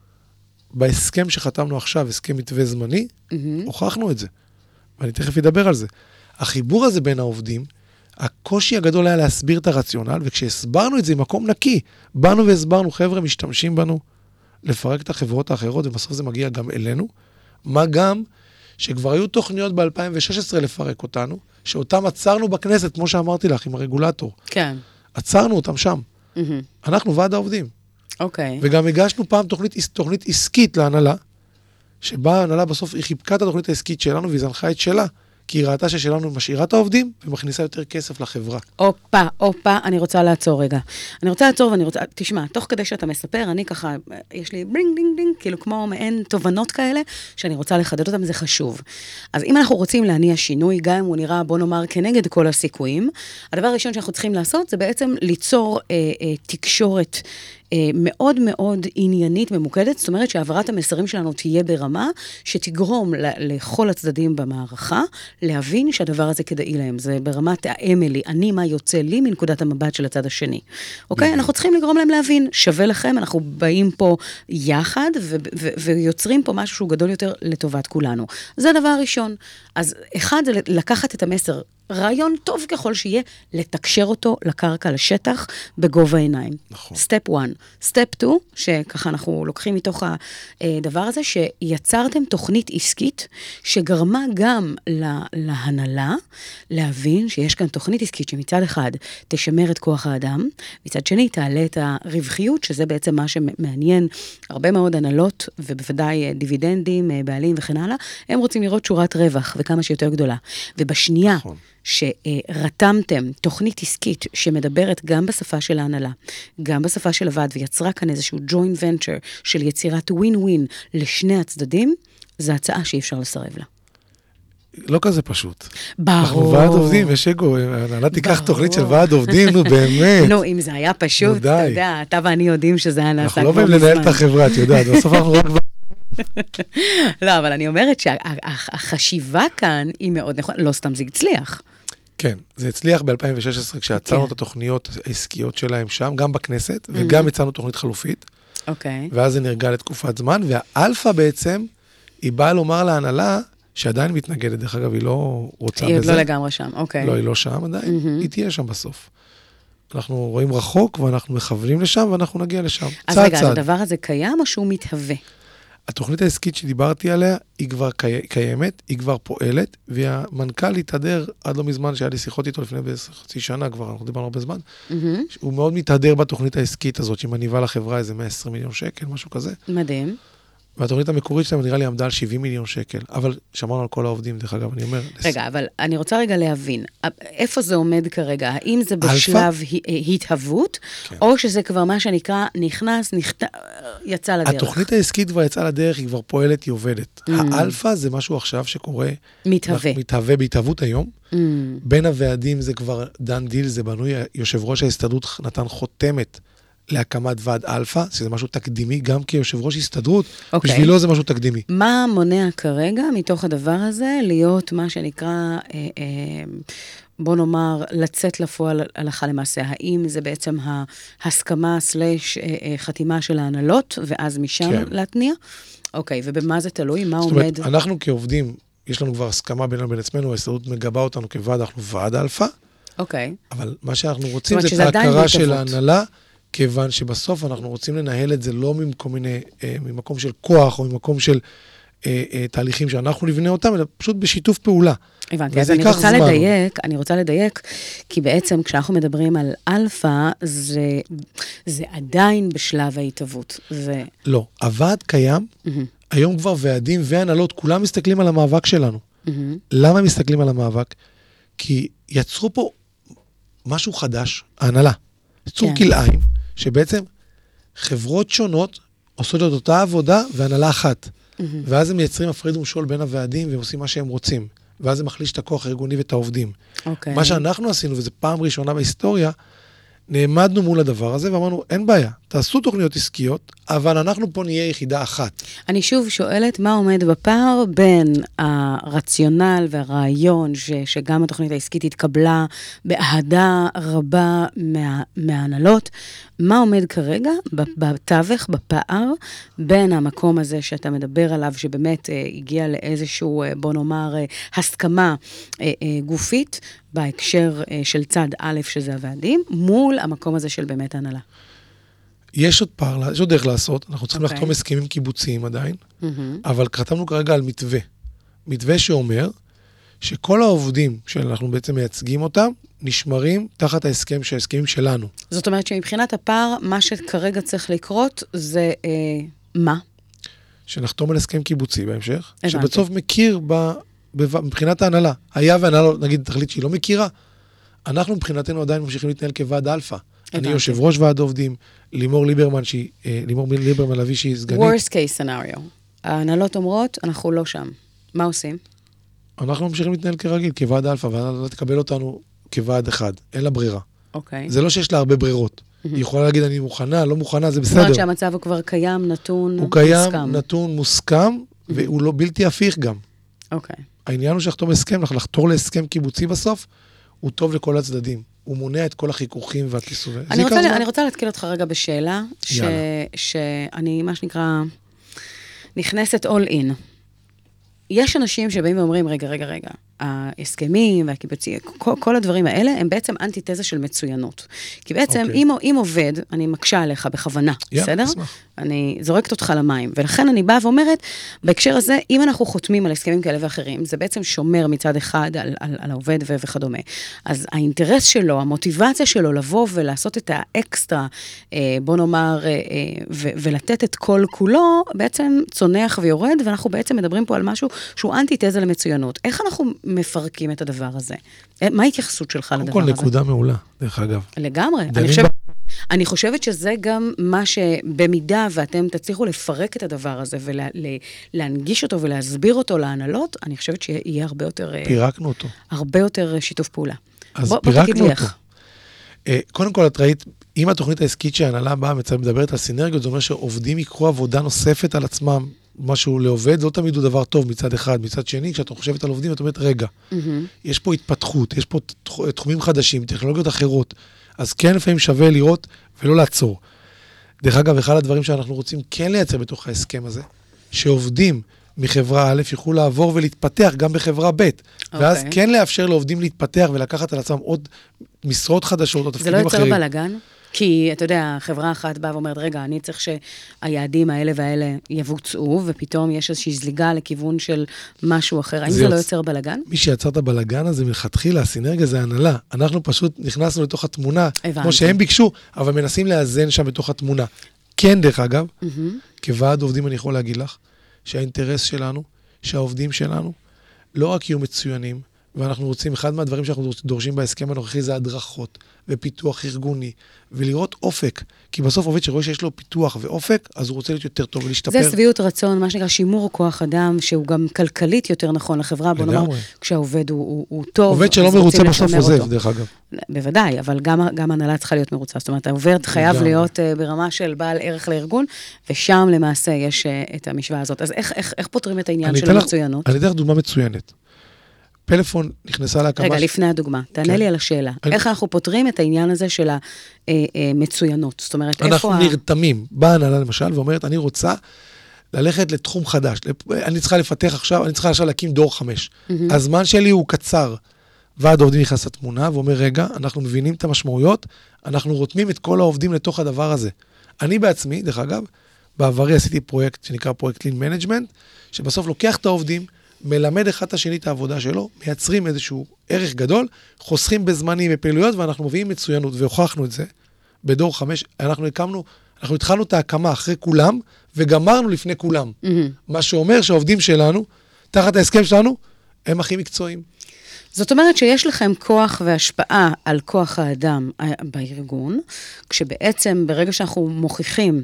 בהסכם שחתמנו עכשיו, הסכם מתווה זמני, הוכחנו את זה. ואני תכף אדבר על זה. החיבור הזה בין העובדים, הקושי הגדול היה להסביר את הרציונל, וכשהסברנו את זה עם מקום נקי, באנו והסברנו, חבר'ה, משתמשים בנו לפרק את החברות האחרות, ובסוף זה מגיע גם אלינו. מה גם שכבר היו תוכניות ב-אלפיים ושש עשרה לפרק אותנו, שאותם עצרנו בכנסת, כמו שאמרתי לך, עם הרגולטור. כן. עצרנו אותם שם. Mm-hmm. אנחנו ועד העובדים. אוקיי. Okay. וגם הגשנו פעם תוכנית, תוכנית עסקית להנהלה, שבה ההנהלה בסוף היא חיבקה את התוכנית העסקית שלנו, והיא זנחה את שלה, כי היא ראתה ששלנו משאירה את העובדים, ומכניסה יותר כסף לחברה. אופה, אופה, אני רוצה לעצור רגע. אני רוצה לעצור ואני רוצה, תשמע, תוך כדי שאתה מספר, אני ככה, יש לי ברינג דינג דינג, כאילו כמו מעין תובנות כאלה, שאני רוצה לחדד אותם, זה חשוב. אז אם אנחנו רוצים להניע שינוי, גם אם הוא נראה, בוא נאמר, כנגד כל הסיכויים, הדבר הראשון שאנחנו צריכים לעשות, זה בעצם ליצור אה, אה, תקשורת, מאוד מאוד עניינית ממוקדת, זאת אומרת שהעברת המסרים שלנו תהיה ברמה שתגרום לכל הצדדים במערכה להבין שהדבר הזה כדאי להם. זה ברמת האמלי, אני מה יוצא לי מנקודת המבט של הצד השני. אוקיי? אנחנו צריכים לגרום להם להבין, שווה לכם, אנחנו באים פה יחד ו- ו- ויוצרים פה משהו שהוא גדול יותר לטובת כולנו. זה הדבר הראשון. אז אחד זה לקחת את המסר, רעיון טוב ככל שיהיה, לתקשר אותו לקרקע, לשטח, בגובה העיניים. נכון. סטפ אחת. סטפ שתיים, שככה אנחנו לוקחים מתוך הדבר הזה, שיצרתם תוכנית עסקית, שגרמה גם להנהלה, להבין שיש כאן תוכנית עסקית, שמצד אחד תשמר את כוח האדם, מצד שני תעלה את הרווחיות, שזה בעצם מה שמעניין הרבה מאוד הנהלות, ובוודאי דיבידנדים, בעלים וכן הלאה, הם רוצים לראות שורת רווח, וכמה שיותר גדולה. ובשנייה, נכון. שרתמתם תוכנית עסקית שמדברת גם בשפה של ההנהלה, גם בשפה של הוועד, ויצרה כאן איזשהו joint venture של יצירת ווין-ווין לשני הצדדים, זו הצעה שאי אפשר לסרב לה. לא כזה פשוט. ברור. אנחנו ועד עובדים, יש אגו, הנהלה תיקח תוכנית של ועד עובדים, נו באמת. נו, אם זה היה פשוט, אתה יודע, אתה ואני יודעים שזה היה נעשה כבר מזמן. אנחנו לא באים לנהל את החברה, את יודעת, בסוף אנחנו רק... לא, אבל אני אומרת שהחשיבה כאן היא מאוד נכונה, לא סתם זה הצליח. כן, זה הצליח ב-אלפיים ושש עשרה, כשעצרנו את התוכניות העסקיות שלהם שם, גם בכנסת, וגם הצענו תוכנית חלופית. אוקיי. ואז זה נרגע לתקופת זמן, והאלפא בעצם, היא באה לומר להנהלה, שעדיין מתנגדת, דרך אגב, היא לא רוצה בזה. היא עוד לא לגמרי שם, אוקיי. לא, היא לא שם עדיין, היא תהיה שם בסוף. אנחנו רואים רחוק, ואנחנו מכוונים לשם, ואנחנו נגיע לשם. אז רגע, אז הדבר הזה קיים או שהוא מתהווה? התוכנית העסקית שדיברתי עליה, היא כבר קיימת, היא כבר פועלת, והמנכ"ל התהדר עד לא מזמן, שהיה לי שיחות איתו לפני חצי שנה כבר, אנחנו דיברנו הרבה זמן, הוא מאוד מתהדר בתוכנית העסקית הזאת, שמניבה לחברה איזה מאה ועשרים מיליון שקל, משהו כזה. מדהים. והתוכנית המקורית שלהם נראה לי עמדה על שבעים מיליון שקל, אבל שמרנו על כל העובדים, דרך אגב, אני אומר... רגע, אבל אני רוצה רגע להבין, איפה זה עומד כרגע? האם זה בשלב התהוות, או שזה כבר מה שנקרא נכנס, יצא לדרך? התוכנית העסקית כבר יצאה לדרך, היא כבר פועלת, היא עובדת. האלפא זה משהו עכשיו שקורה... מתהווה. מתהווה בהתהוות היום. בין הוועדים זה כבר דן דיל, זה בנוי, יושב ראש ההסתדרות נתן חותמת, להקמת ועד אלפא, שזה משהו תקדימי, גם כיושב ראש הסתדרות, okay. בשבילו זה משהו תקדימי. מה מונע כרגע מתוך הדבר הזה, להיות מה שנקרא, אה, אה, בוא נאמר, לצאת לפועל הלכה למעשה? האם זה בעצם ההסכמה סלש אה, אה, חתימה של ההנהלות, ואז משם כן. להתניע? אוקיי, ובמה זה תלוי? מה עומד? זאת אומרת, אנחנו כעובדים, יש לנו כבר הסכמה בינינו בין עצמנו, ההסתדרות מגבה אותנו כוועד, אנחנו ועד אלפא, אוקיי. אבל מה שאנחנו רוצים זה את ההכרה של ההנהלה, כיוון שבסוף אנחנו רוצים לנהל את זה לא ממקום, מיני, אה, ממקום של כוח או ממקום של אה, אה, תהליכים שאנחנו נבנה אותם, אלא פשוט בשיתוף פעולה. הבנתי, אז אני רוצה זמן. לדייק, אני רוצה לדייק, כי בעצם כשאנחנו מדברים על אלפא, זה, זה עדיין בשלב ההתאבות. זה... לא, הוועד קיים, mm-hmm. היום כבר ועדים והנהלות, כולם מסתכלים על המאבק שלנו. Mm-hmm. למה מסתכלים על המאבק? כי יצרו פה משהו חדש, ההנהלה. יצרו כן. כלאיים, שבעצם חברות שונות עושות את אותה עבודה והנהלה אחת. Mm-hmm. ואז הם מייצרים הפרד ומשול בין הוועדים והם עושים מה שהם רוצים. ואז זה מחליש את הכוח הארגוני ואת העובדים. Okay. מה שאנחנו עשינו, וזו פעם ראשונה בהיסטוריה, נעמדנו מול הדבר הזה ואמרנו, אין בעיה, תעשו תוכניות עסקיות, אבל אנחנו פה נהיה יחידה אחת. אני שוב שואלת, מה עומד בפער בין הרציונל והרעיון, ש, שגם התוכנית העסקית התקבלה באהדה רבה מה, מההנהלות, מה עומד כרגע בתווך, בפער, בין המקום הזה שאתה מדבר עליו, שבאמת אה, הגיע לאיזשהו, אה, בוא נאמר, אה, הסכמה אה, אה, גופית, בהקשר אה, של צד א', שזה הוועדים, מול המקום הזה של באמת הנהלה. יש עוד פער, יש עוד דרך לעשות, אנחנו צריכים okay. לחתום הסכמים קיבוציים עדיין, mm-hmm. אבל כתבנו כרגע על מתווה. מתווה שאומר שכל העובדים שאנחנו בעצם מייצגים אותם, נשמרים תחת ההסכם, ההסכמים שלנו. זאת אומרת שמבחינת הפער, מה שכרגע צריך לקרות זה אה, מה? שנחתום על הסכם קיבוצי בהמשך, הבנתי. שבסוף מכיר ב, ב, מבחינת ההנהלה. היה והנהלה, נגיד, תחליט שהיא לא מכירה, אנחנו מבחינתנו עדיין ממשיכים להתנהל כוועד אלפא. אני יושב ראש ועד עובדים, לימור ליברמן, שהיא, לימור ליברמן לוי שהיא סגנית. worst case scenario. ההנהלות אומרות, אנחנו לא שם. מה עושים? אנחנו ממשיכים להתנהל כרגיל, כוועד אלפא, והנהלה תקבל אותנו כוועד אחד. אין לה ברירה. אוקיי. זה לא שיש לה הרבה ברירות. היא יכולה להגיד, אני מוכנה, לא מוכנה, זה בסדר. זאת אומרת שהמצב הוא כבר קיים, נתון, מוסכם. הוא קיים, נתון, מוסכם, והוא לא בלתי הפיך גם. אוקיי. העניין הוא שחתום הסכם, לחתור להסכם קיבוצי בסוף, הוא טוב לכל הצדדים. הוא מונע את כל החיכוכים והכיסובים. אני רוצה, אני רוצה להתקיל אותך רגע בשאלה, ש, שאני, מה שנקרא, נכנסת all in. יש אנשים שבאים ואומרים, רגע, רגע, רגע, ההסכמים והקיבוצים, כל, כל הדברים האלה, הם בעצם אנטיתזה של מצוינות. כי בעצם, okay. אם, אם עובד, אני מקשה עליך בכוונה, yeah, בסדר? אשמח. אני זורקת אותך למים, ולכן אני באה ואומרת, בהקשר הזה, אם אנחנו חותמים על הסכמים כאלה ואחרים, זה בעצם שומר מצד אחד על, על, על העובד ו- וכדומה. אז האינטרס שלו, המוטיבציה שלו לבוא ולעשות את האקסטרה, אה, בוא נאמר, אה, ו- ולתת את כל כולו, בעצם צונח ויורד, ואנחנו בעצם מדברים פה על משהו שהוא אנטיתזה למצוינות. איך אנחנו מפרקים את הדבר הזה? מה ההתייחסות שלך לדבר הזה? קודם כל נקודה מעולה, דרך אגב. לגמרי. אני חושבת, אני חושבת שזה גם מה שבמידה ואתם תצליחו לפרק את הדבר הזה ולהנגיש אותו ולהסביר אותו להנהלות, אני חושבת שיהיה הרבה יותר... פירקנו אותו. הרבה יותר שיתוף פעולה. אז בוא, פירקנו בוא אותו. קודם כל, את ראית, אם התוכנית העסקית שההנהלה באה מדברת על סינרגיות, זה אומר שעובדים יקחו עבודה נוספת על עצמם, משהו לעובד, לא תמיד הוא דבר טוב מצד אחד, מצד שני, כשאתה חושבת על עובדים, את אומרת, רגע, mm-hmm. יש פה התפתחות, יש פה תחומים חדשים, טכנולוגיות אחרות, אז כן לפעמים שווה לראות ולא לעצור. דרך אגב, אחד הדברים שאנחנו רוצים כן לייצר בתוך ההסכם הזה, שעובדים מחברה א' יוכלו לעבור ולהתפתח גם בחברה ב', okay. ואז כן לאפשר לעובדים להתפתח ולקחת על עצמם עוד משרות חדשות או תפקידים אחרים. זה לא יוצר בלגן? כי, אתה יודע, חברה אחת באה ואומרת, רגע, אני צריך שהיעדים האלה והאלה יבוצעו, ופתאום יש איזושהי זליגה לכיוון של משהו אחר. האם זה, זה לא יוצר בלגן? מי שיצר את הבלגן הזה מלכתחילה, הסינרגיה זה הנהלה. אנחנו פשוט נכנסנו לתוך התמונה, הבנתי. כמו שהם ביקשו, אבל מנסים לאזן שם בתוך התמונה. כן, דרך אגב, mm-hmm. כוועד עובדים אני יכול להגיד לך, שהאינטרס שלנו, שהעובדים שלנו, לא רק יהיו מצוינים, ואנחנו רוצים, אחד מהדברים שאנחנו דורשים בהסכם הנוכחי זה הדרכות ופיתוח ארגוני, ולראות אופק, כי בסוף עובד שרואה שיש לו פיתוח ואופק, אז הוא רוצה להיות יותר טוב ולהשתפר. זה סביעות רצון, מה שנקרא שימור כוח אדם, שהוא גם כלכלית יותר נכון לחברה, בוא נאמר, כשהעובד הוא, הוא, הוא טוב. עובד שלא מרוצה בסוף עוזב, דרך אגב. בוודאי, אבל גם, גם הנהלה צריכה להיות מרוצה, זאת אומרת, העובד חייב להיות uh, ברמה של בעל ערך לארגון, ושם למעשה יש uh, את המשוואה הזאת. אז איך, איך, איך פותרים את העניין של המצוינות? אני אתן לך דוגמה מצוינת. פלאפון נכנסה להקמה... רגע, לפני הדוגמה, תענה לי על השאלה. איך אנחנו פותרים את העניין הזה של המצוינות? זאת אומרת, איפה... אנחנו נרתמים. באה הנהלה למשל ואומרת, אני רוצה ללכת לתחום חדש. אני צריכה לפתח עכשיו, אני צריכה עכשיו להקים דור חמש. הזמן שלי הוא קצר. ועד העובדים נכנס לתמונה, ואומר, רגע, אנחנו מבינים את המשמעויות, אנחנו רותמים את כל העובדים לתוך הדבר הזה. אני בעצמי, דרך אגב, בעברי עשיתי פרויקט שנקרא פרויקט Lean Management, שבסוף לוקח את העובדים, מלמד אחד את השני את העבודה שלו, מייצרים איזשהו ערך גדול, חוסכים בזמנים ופעילויות, ואנחנו מביאים מצוינות, והוכחנו את זה. בדור חמש, אנחנו הקמנו, אנחנו התחלנו את ההקמה אחרי כולם, וגמרנו לפני כולם. Mm-hmm. מה שאומר שהעובדים שלנו, תחת ההסכם שלנו, הם הכי מקצועיים. זאת אומרת שיש לכם כוח והשפעה על כוח האדם בארגון, כשבעצם ברגע שאנחנו מוכיחים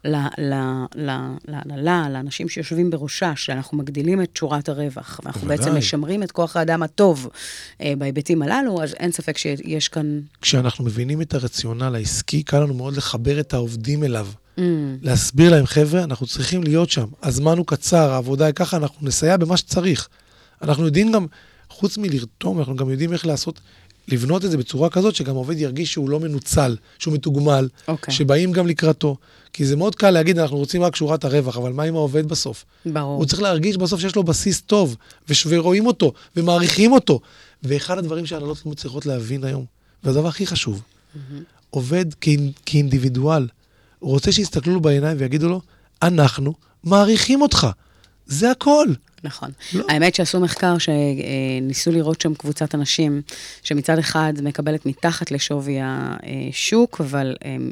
להנהלה, לאנשים שיושבים בראשה, שאנחנו מגדילים את שורת הרווח, ואנחנו בעצם משמרים את כוח האדם הטוב בהיבטים הללו, אז אין ספק שיש כאן... כשאנחנו מבינים את הרציונל העסקי, קל לנו מאוד לחבר את העובדים אליו. Mm. להסביר להם, חבר'ה, אנחנו צריכים להיות שם. הזמן הוא קצר, העבודה היא ככה, אנחנו נסייע במה שצריך. אנחנו יודעים גם... חוץ מלרתום, אנחנו גם יודעים איך לעשות, לבנות את זה בצורה כזאת, שגם עובד ירגיש שהוא לא מנוצל, שהוא מתוגמל, okay. שבאים גם לקראתו. כי זה מאוד קל להגיד, אנחנו רוצים רק שורת הרווח, אבל מה עם העובד בסוף? ברור. הוא צריך להרגיש בסוף שיש לו בסיס טוב, ורואים אותו, ומעריכים אותו. ואחד הדברים שהנהלות צריכות להבין היום, והדבר הכי חשוב, mm-hmm. עובד כאינדיבידואל, הוא רוצה שיסתכלו לו בעיניים ויגידו לו, אנחנו מעריכים אותך. זה הכל. נכון. לא. האמת שעשו מחקר שניסו לראות שם קבוצת אנשים, שמצד אחד מקבלת מתחת לשווי השוק, אבל הם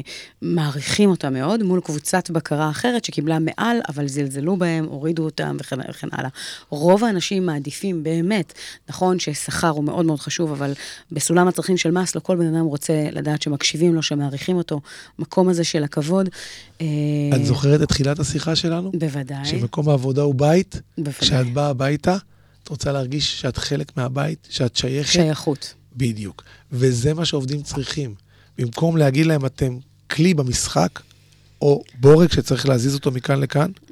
מעריכים אותה מאוד, מול קבוצת בקרה אחרת שקיבלה מעל, אבל זלזלו בהם, הורידו אותם וכן, וכן הלאה. רוב האנשים מעדיפים באמת, נכון ששכר הוא מאוד מאוד חשוב, אבל בסולם הצרכים של מס, לא כל בן אדם רוצה לדעת שמקשיבים לו, שמעריכים אותו, מקום הזה של הכבוד. את זוכרת את תחילת השיחה שלנו? בוודאי. שמקום העבודה הוא בית? בוודאי. כשאת באה הביתה, את רוצה להרגיש שאת חלק מהבית, שאת שייכת. שייכות. בדיוק. וזה מה שעובדים צריכים. במקום להגיד להם, אתם כלי במשחק, או בורג שצריך להזיז אותו מכאן לכאן, mm.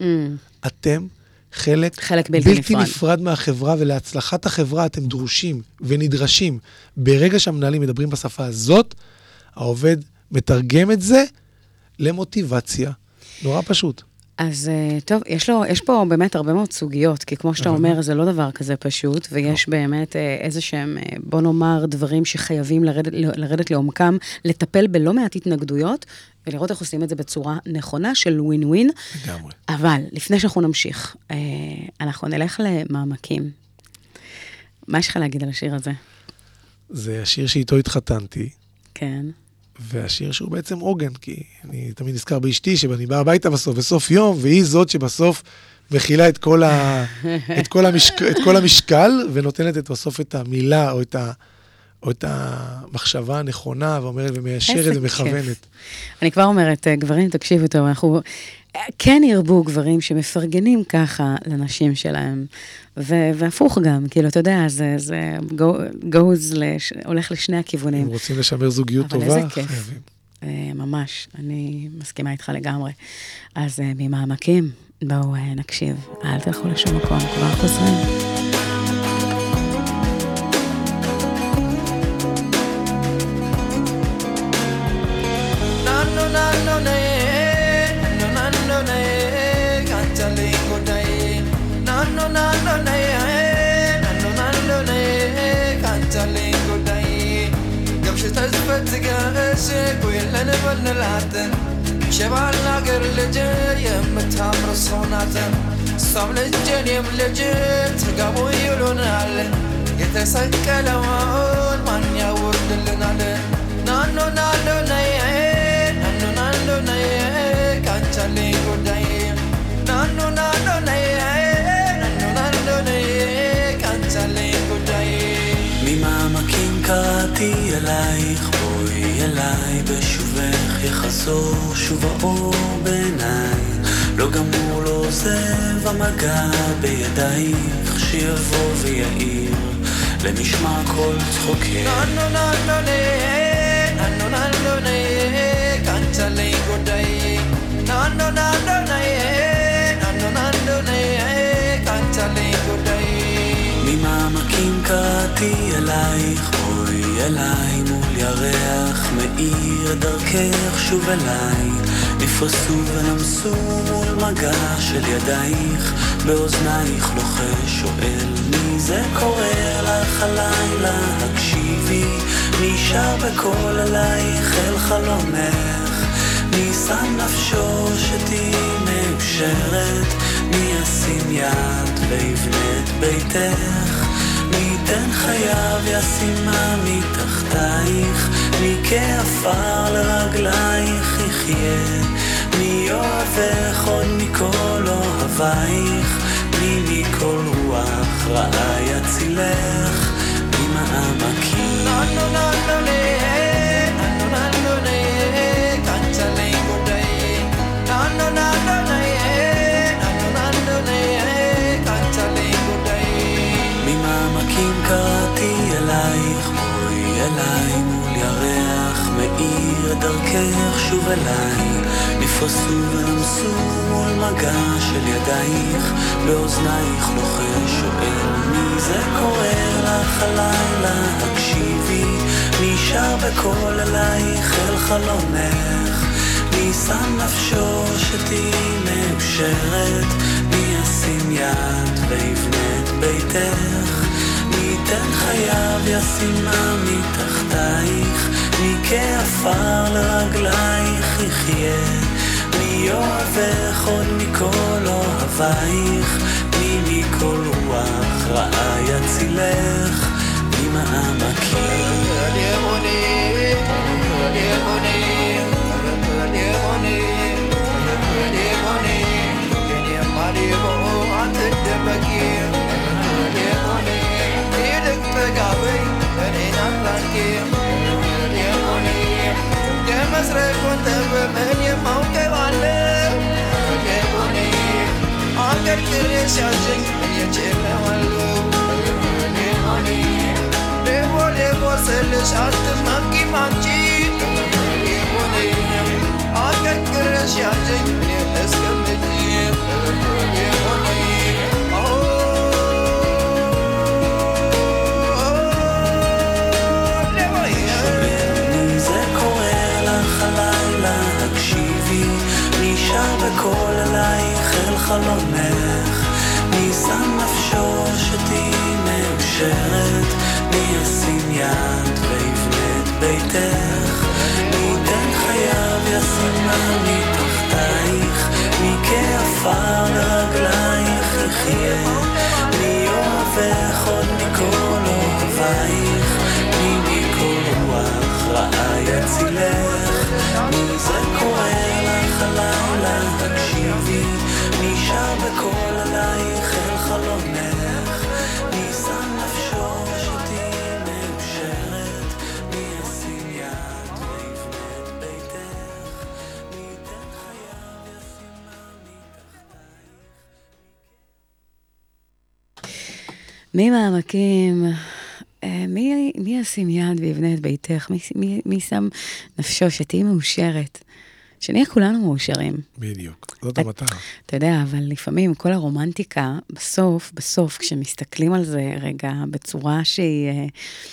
אתם חלק, חלק בלתי, בלתי נפרד. נפרד מהחברה, ולהצלחת החברה אתם דרושים ונדרשים. ברגע שהמנהלים מדברים בשפה הזאת, העובד מתרגם את זה למוטיבציה. נורא פשוט. אז טוב, יש לו, יש פה באמת הרבה מאוד סוגיות, כי כמו שאתה אומר, זה לא דבר כזה פשוט, ויש באמת איזה שהם, בוא נאמר, דברים שחייבים לרדת, לרדת לעומקם, לטפל בלא מעט התנגדויות, ולראות איך עושים את זה בצורה נכונה של ווין ווין. לגמרי. אבל לפני שאנחנו נמשיך, אנחנו נלך למעמקים. מה יש לך להגיד על השיר הזה? זה השיר שאיתו התחתנתי. כן. והשיר שהוא בעצם עוגן, כי אני תמיד נזכר באשתי, שאני בא הביתה בסוף, בסוף יום, והיא זאת שבסוף מכילה את כל, ה, את כל, המשק, את כל המשקל, ונותנת את בסוף את המילה, או את, ה, או את המחשבה הנכונה, ואומרת ומיישרת ומכוונת. אני כבר אומרת, גברים, תקשיבו טוב, אנחנו כן ירבו גברים שמפרגנים ככה לנשים שלהם, ו- והפוך גם, כאילו, אתה יודע, זה, זה goes, לש, הולך לשני הכיוונים. אם רוצים לשמר זוגיות טובה, אבל איזה כיף. ממש, אני מסכימה איתך לגמרי. אז ממעמקים, בואו נקשיב, אל תלכו לשום מקום, כבר חוזרים. شبال لاقر لجي يمتامر صوناتن صام لجين يم لجي ترقابو يلونال يتسكلون من يورد لنال نانو نانو نايه نانو نانو نايه كانتالي قداي نانو نانو نايه نانو نانو نايه كانتالي قداي ממעמקים קראתי אלייך בואי אליי בשובך יחזור שוב האור בעיניי לא גמור לא עוזב המגע בידייך שיבוא ויעיר למשמע כל צחוקך ננו ננו נה ננו ננו נה קנצה לי גודאי ננו ננו נה ננו ננו נה קנצה לי גודאי ממעמקים קראתי אלייך בואי אליי מול ירח מאיר דרכך שוב אליי נפרסו ונמסו מול מגע של ידייך, באוזנייך לוחש שואל מי זה קורא לך הלילה, הקשיבי, מי שר בקול אלייך אל חלומך, מי שם נפשו שתהי מאושרת, מי ישים יד ויבנה את ביתך, מי ייתן חייו ישימה מתחתייך, מי כעפר לרגלייך יחיה, מי אוהבך עוד מכל אוהבייך, מי מכל רוח רעה יצילך, מי מעמקים. ממעמקים קראתי אלייך, בואי אליי מול ירח מאיר את דרכך שוב אליי, נפרסו ונמסו מול מגע של ידייך, באוזנייך לוחש שואל מי זה קורא לך הלילה, הקשיבי, מי שר בקול אלייך אל חלומך, מי שם נפשו שתהי מאושרת, מי ישים יד ויבנה את ביתך, מי ייתן חייו ישימה מתחתייך, מי כעפר לרגלייך יחיה, מי אוהבך עוד מכל אוהבייך, מי מכל רוח רעה יצילך, מי מעמקים. בכל אלייך אל חלומך, מי שם נפשו שתהי מאושרת, מי ישים יד ויבנה את ביתך, מי ייתן חייו ישימה מתחתייך, מי כעפר לרגלייך יחיה, מי אוהבך עוד מכל אוהבייך, מי מכל רוח רעה יצילך, מי זה קורא לך הלילה, תקשיבי, מי שר בקול עלייך אל חלומך, מי שם נפשו שתהי מאושרת, מי ישים יד ויבנה את ביתך, מי ייתן חייו ישימה מתחתייך. מי מעמקים, מי, מי ישים יד ויבנה את ביתך, מי, מי, מי שם נפשו שתהי מאושרת. שנהיה כולנו מאושרים. בדיוק, זאת המטרה. אתה יודע, אבל לפעמים כל הרומנטיקה, בסוף, בסוף, כשמסתכלים על זה רגע, בצורה שהיא,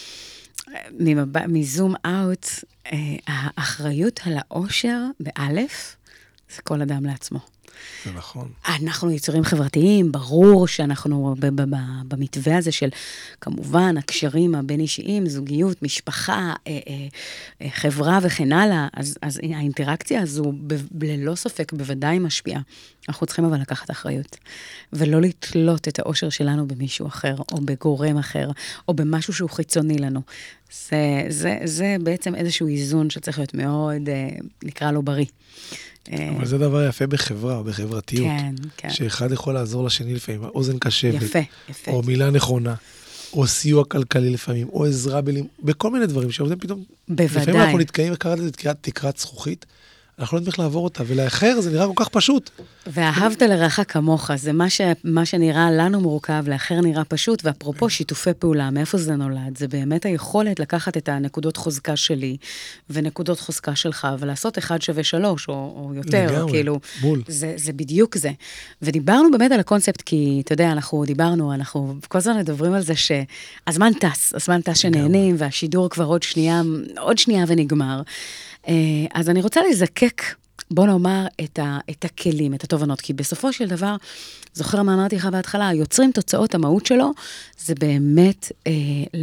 מזום אאוט, האחריות על האושר, באלף, זה כל אדם לעצמו. זה נכון. אנחנו יצורים חברתיים, ברור שאנחנו במתווה הזה של, כמובן, הקשרים הבין-אישיים, זוגיות, משפחה, חברה וכן הלאה, אז, אז האינטראקציה הזו ללא ספק בוודאי משפיעה. אנחנו צריכים אבל לקחת אחריות, ולא לתלות את האושר שלנו במישהו אחר, או בגורם אחר, או במשהו שהוא חיצוני לנו. זה, זה, זה בעצם איזשהו איזון שצריך להיות מאוד, נקרא לו בריא. אבל זה דבר יפה בחברה, בחברתיות. כן, כן. שאחד יכול לעזור לשני לפעמים, אוזן קשבת. יפה, יפה. או מילה נכונה, או סיוע כלכלי לפעמים, או עזרה בלים, בכל מיני דברים שעובדים פתאום. בוודאי. לפעמים אנחנו נתקעים וקראת לזה תקרת זכוכית, אנחנו לא יודעים איך לעבור אותה, ולאחר זה נראה כל כך פשוט. ואהבת לרעך כמוך, זה מה, ש... מה שנראה לנו מורכב, לאחר נראה פשוט, ואפרופו שיתופי פעולה, מאיפה זה נולד? זה באמת היכולת לקחת את הנקודות חוזקה שלי, ונקודות חוזקה שלך, ולעשות אחד שווה שלוש, או, או יותר, לגמרי, כאילו, בול. זה, זה בדיוק זה. ודיברנו באמת על הקונספט, כי, אתה יודע, אנחנו דיברנו, אנחנו כל הזמן מדברים על זה שהזמן טס, הזמן טס שנהנים, והשידור כבר עוד שנייה, עוד שנייה ונגמר. אז אני רוצה לזקק בוא נאמר, את, ה, את הכלים, את התובנות, כי בסופו של דבר, זוכר מה אמרתי לך בהתחלה, יוצרים תוצאות, המהות שלו, זה באמת אה,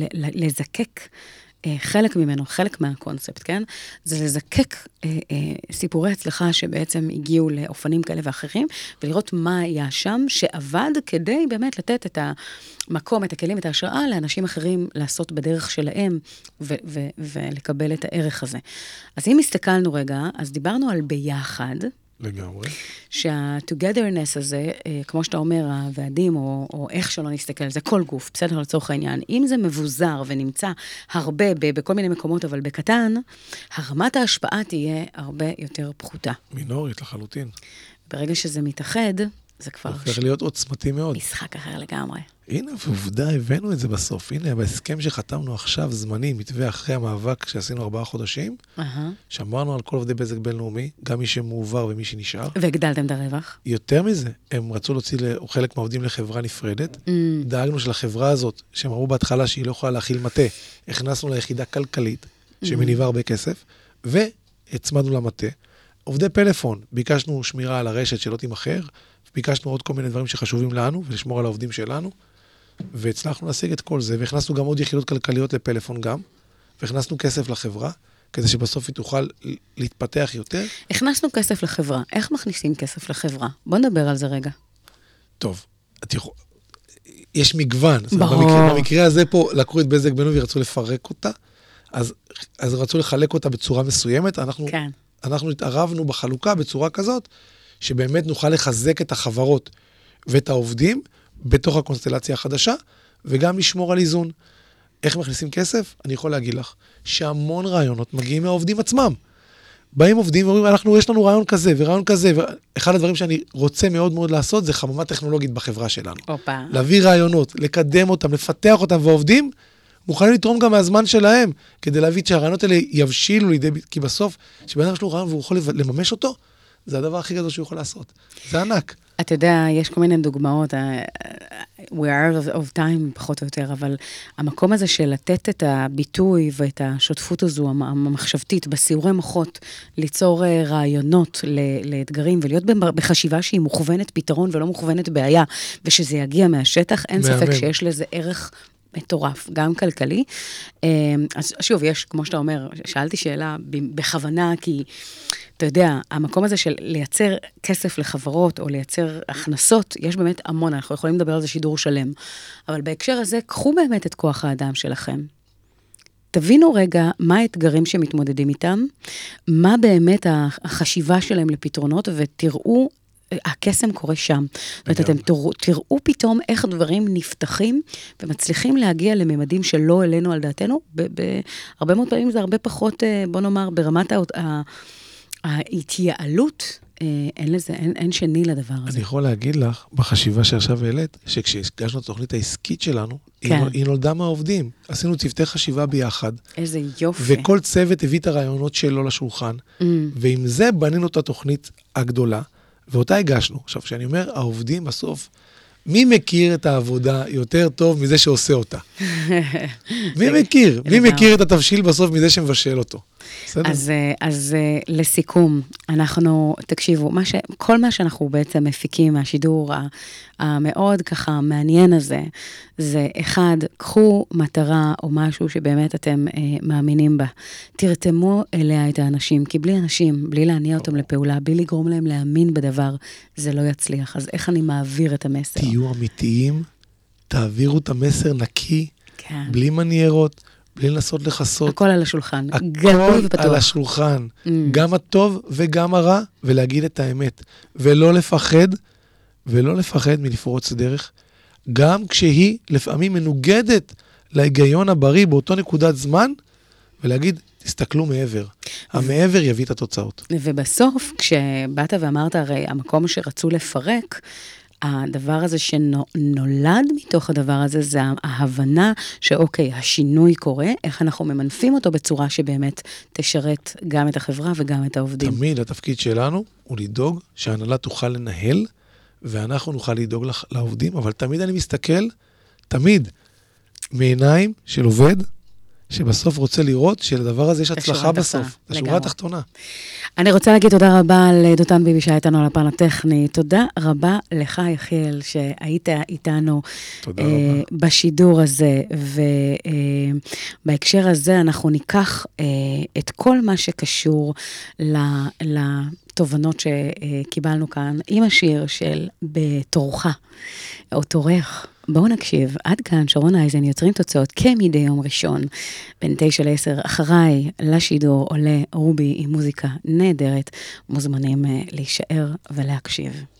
לזקק אה, חלק ממנו, חלק מהקונספט, כן? זה לזקק אה, אה, סיפורי הצלחה שבעצם הגיעו לאופנים כאלה ואחרים, ולראות מה היה שם שעבד כדי באמת לתת את המקום, את הכלים, את ההשראה לאנשים אחרים לעשות בדרך שלהם ו- ו- ולקבל את הערך הזה. אז אם הסתכלנו רגע, אז דיברנו על ביחד, לגמרי. שה-togetherness הזה, כמו שאתה אומר, הוועדים, או, או איך שלא נסתכל, זה כל גוף, בסדר לצורך העניין. אם זה מבוזר ונמצא הרבה ב- בכל מיני מקומות, אבל בקטן, הרמת ההשפעה תהיה הרבה יותר פחותה. מינורית לחלוטין. ברגע שזה מתאחד, זה כבר... הופך להיות עוצמתי מאוד. משחק אחר לגמרי. הנה, ועובדה, הבאנו את זה בסוף. הנה, בהסכם שחתמנו עכשיו, זמני, מתווה אחרי המאבק שעשינו ארבעה חודשים, uh-huh. שמרנו על כל עובדי בזק בינלאומי, גם מי שמעובר ומי שנשאר. והגדלתם את הרווח? יותר מזה, הם רצו להוציא חלק מהעובדים לחברה נפרדת. Mm. דאגנו שלחברה הזאת, שהם אמרו בהתחלה שהיא לא יכולה להכיל מטה, הכנסנו ליחידה כלכלית, שמניבה הרבה כסף, והצמדנו למטה. עובדי פלאפון, ביקשנו שמירה על הרשת שלא תימחר, ביקשנו עוד כל מיני דברים שחשובים לנו, ולשמור על העובדים שלנו, והצלחנו להשיג את כל זה, והכנסנו גם עוד יחידות כלכליות לפלאפון גם, והכנסנו כסף לחברה, כדי שבסוף היא תוכל להתפתח יותר. הכנסנו כסף לחברה. איך מכניסים כסף לחברה? בוא נדבר על זה רגע. טוב, את יכול... יש מגוון. במקרה, במקרה הזה פה, לקחו את בזק בינלאומי ורצו לפרק אותה, אז, אז רצו לחלק אותה בצורה מסוימת. אנחנו, כן. אנחנו התערבנו בחלוקה בצורה כזאת, שבאמת נוכל לחזק את החברות ואת העובדים בתוך הקונסטלציה החדשה, וגם לשמור על איזון. איך מכניסים כסף? אני יכול להגיד לך שהמון רעיונות מגיעים מהעובדים עצמם. באים עובדים ואומרים, אנחנו, יש לנו רעיון כזה ורעיון כזה, ואחד הדברים שאני רוצה מאוד מאוד לעשות, זה חממה טכנולוגית בחברה שלנו. אופה. להביא רעיונות, לקדם אותם, לפתח אותם, והעובדים מוכנים לתרום גם מהזמן שלהם, כדי להביא שהרעיונות האלה יבשילו לידי, כי בסוף, שבן אדם יש לו רעיון והוא יכול לממש אותו, זה הדבר הכי גדול שהוא יכול לעשות. זה ענק. אתה יודע, יש כל מיני דוגמאות, we are of time פחות או יותר, אבל המקום הזה של לתת את הביטוי ואת השותפות הזו, המחשבתית, בסיורי מוחות, ליצור רעיונות לאתגרים, ולהיות בחשיבה שהיא מוכוונת פתרון ולא מוכוונת בעיה, ושזה יגיע מהשטח, אין ספק שיש לזה ערך מטורף, גם כלכלי. אז שוב, יש, כמו שאתה אומר, שאלתי שאלה בכוונה, כי אתה יודע, המקום הזה של לייצר כסף לחברות, או לייצר הכנסות, יש באמת המון, אנחנו יכולים לדבר על זה שידור שלם. אבל בהקשר הזה, קחו באמת את כוח האדם שלכם. תבינו רגע מה האתגרים שמתמודדים איתם, מה באמת החשיבה שלהם לפתרונות, ותראו, הקסם קורה שם. זאת אומרת, אתם תראו, תראו פתאום איך דברים נפתחים, ומצליחים להגיע לממדים שלא אלינו על דעתנו, בהרבה מאוד פעמים זה הרבה פחות, בוא נאמר, ברמת ה... ההתייעלות, אין לזה, אין, אין שני לדבר הזה. אני יכול להגיד לך, בחשיבה שעכשיו העלית, שכשהגשנו את התוכנית העסקית שלנו, כן. היא נולדה מהעובדים. עשינו צוותי חשיבה ביחד. איזה יופי. וכל צוות הביא את הרעיונות שלו לשולחן, mm. ועם זה בנינו את התוכנית הגדולה, ואותה הגשנו. עכשיו, כשאני אומר, העובדים בסוף, מי מכיר את העבודה יותר טוב מזה שעושה אותה? מי מכיר? מי מכיר את התבשיל בסוף מזה שמבשל אותו? אז, אז לסיכום, אנחנו, תקשיבו, מה ש, כל מה שאנחנו בעצם מפיקים מהשידור המאוד ככה מעניין הזה, זה אחד, קחו מטרה או משהו שבאמת אתם אה, מאמינים בה. תרתמו אליה את האנשים, כי בלי אנשים, בלי להניע אותם לפעולה, בלי לגרום להם להאמין בדבר, זה לא יצליח. אז איך אני מעביר את המסר? תהיו אמיתיים, תעבירו את המסר נקי, כן. בלי מניירות, בלי לנסות לחסות. הכל על השולחן. הכל על השולחן. Mm. גם הטוב וגם הרע, ולהגיד את האמת. ולא לפחד, ולא לפחד מלפרוץ דרך, גם כשהיא לפעמים מנוגדת להיגיון הבריא באותו נקודת זמן, ולהגיד, תסתכלו מעבר. המעבר יביא את התוצאות. ובסוף, כשבאת ואמרת, הרי המקום שרצו לפרק, הדבר הזה שנולד מתוך הדבר הזה, זה ההבנה שאוקיי, השינוי קורה, איך אנחנו ממנפים אותו בצורה שבאמת תשרת גם את החברה וגם את העובדים. תמיד התפקיד שלנו הוא לדאוג שההנהלה תוכל לנהל, ואנחנו נוכל לדאוג לעובדים, אבל תמיד אני מסתכל, תמיד, מעיניים של עובד, שבסוף רוצה לראות שלדבר הזה יש הצלחה בסוף. לגמרי. השורה התחתונה. אני רוצה להגיד תודה רבה לדותן ביבי שהיה איתנו על הפן הטכני. תודה רבה לך, יחיאל, שהיית איתנו תודה אה, רבה. בשידור הזה, ובהקשר אה, הזה אנחנו ניקח אה, את כל מה שקשור ל... ל תובנות שקיבלנו כאן עם השיר של בתורך, או תורך. בואו נקשיב, עד כאן שרון אייזן יוצרים תוצאות כמדי יום ראשון, בין תשע לעשר אחריי לשידור עולה רובי עם מוזיקה נהדרת, מוזמנים להישאר ולהקשיב.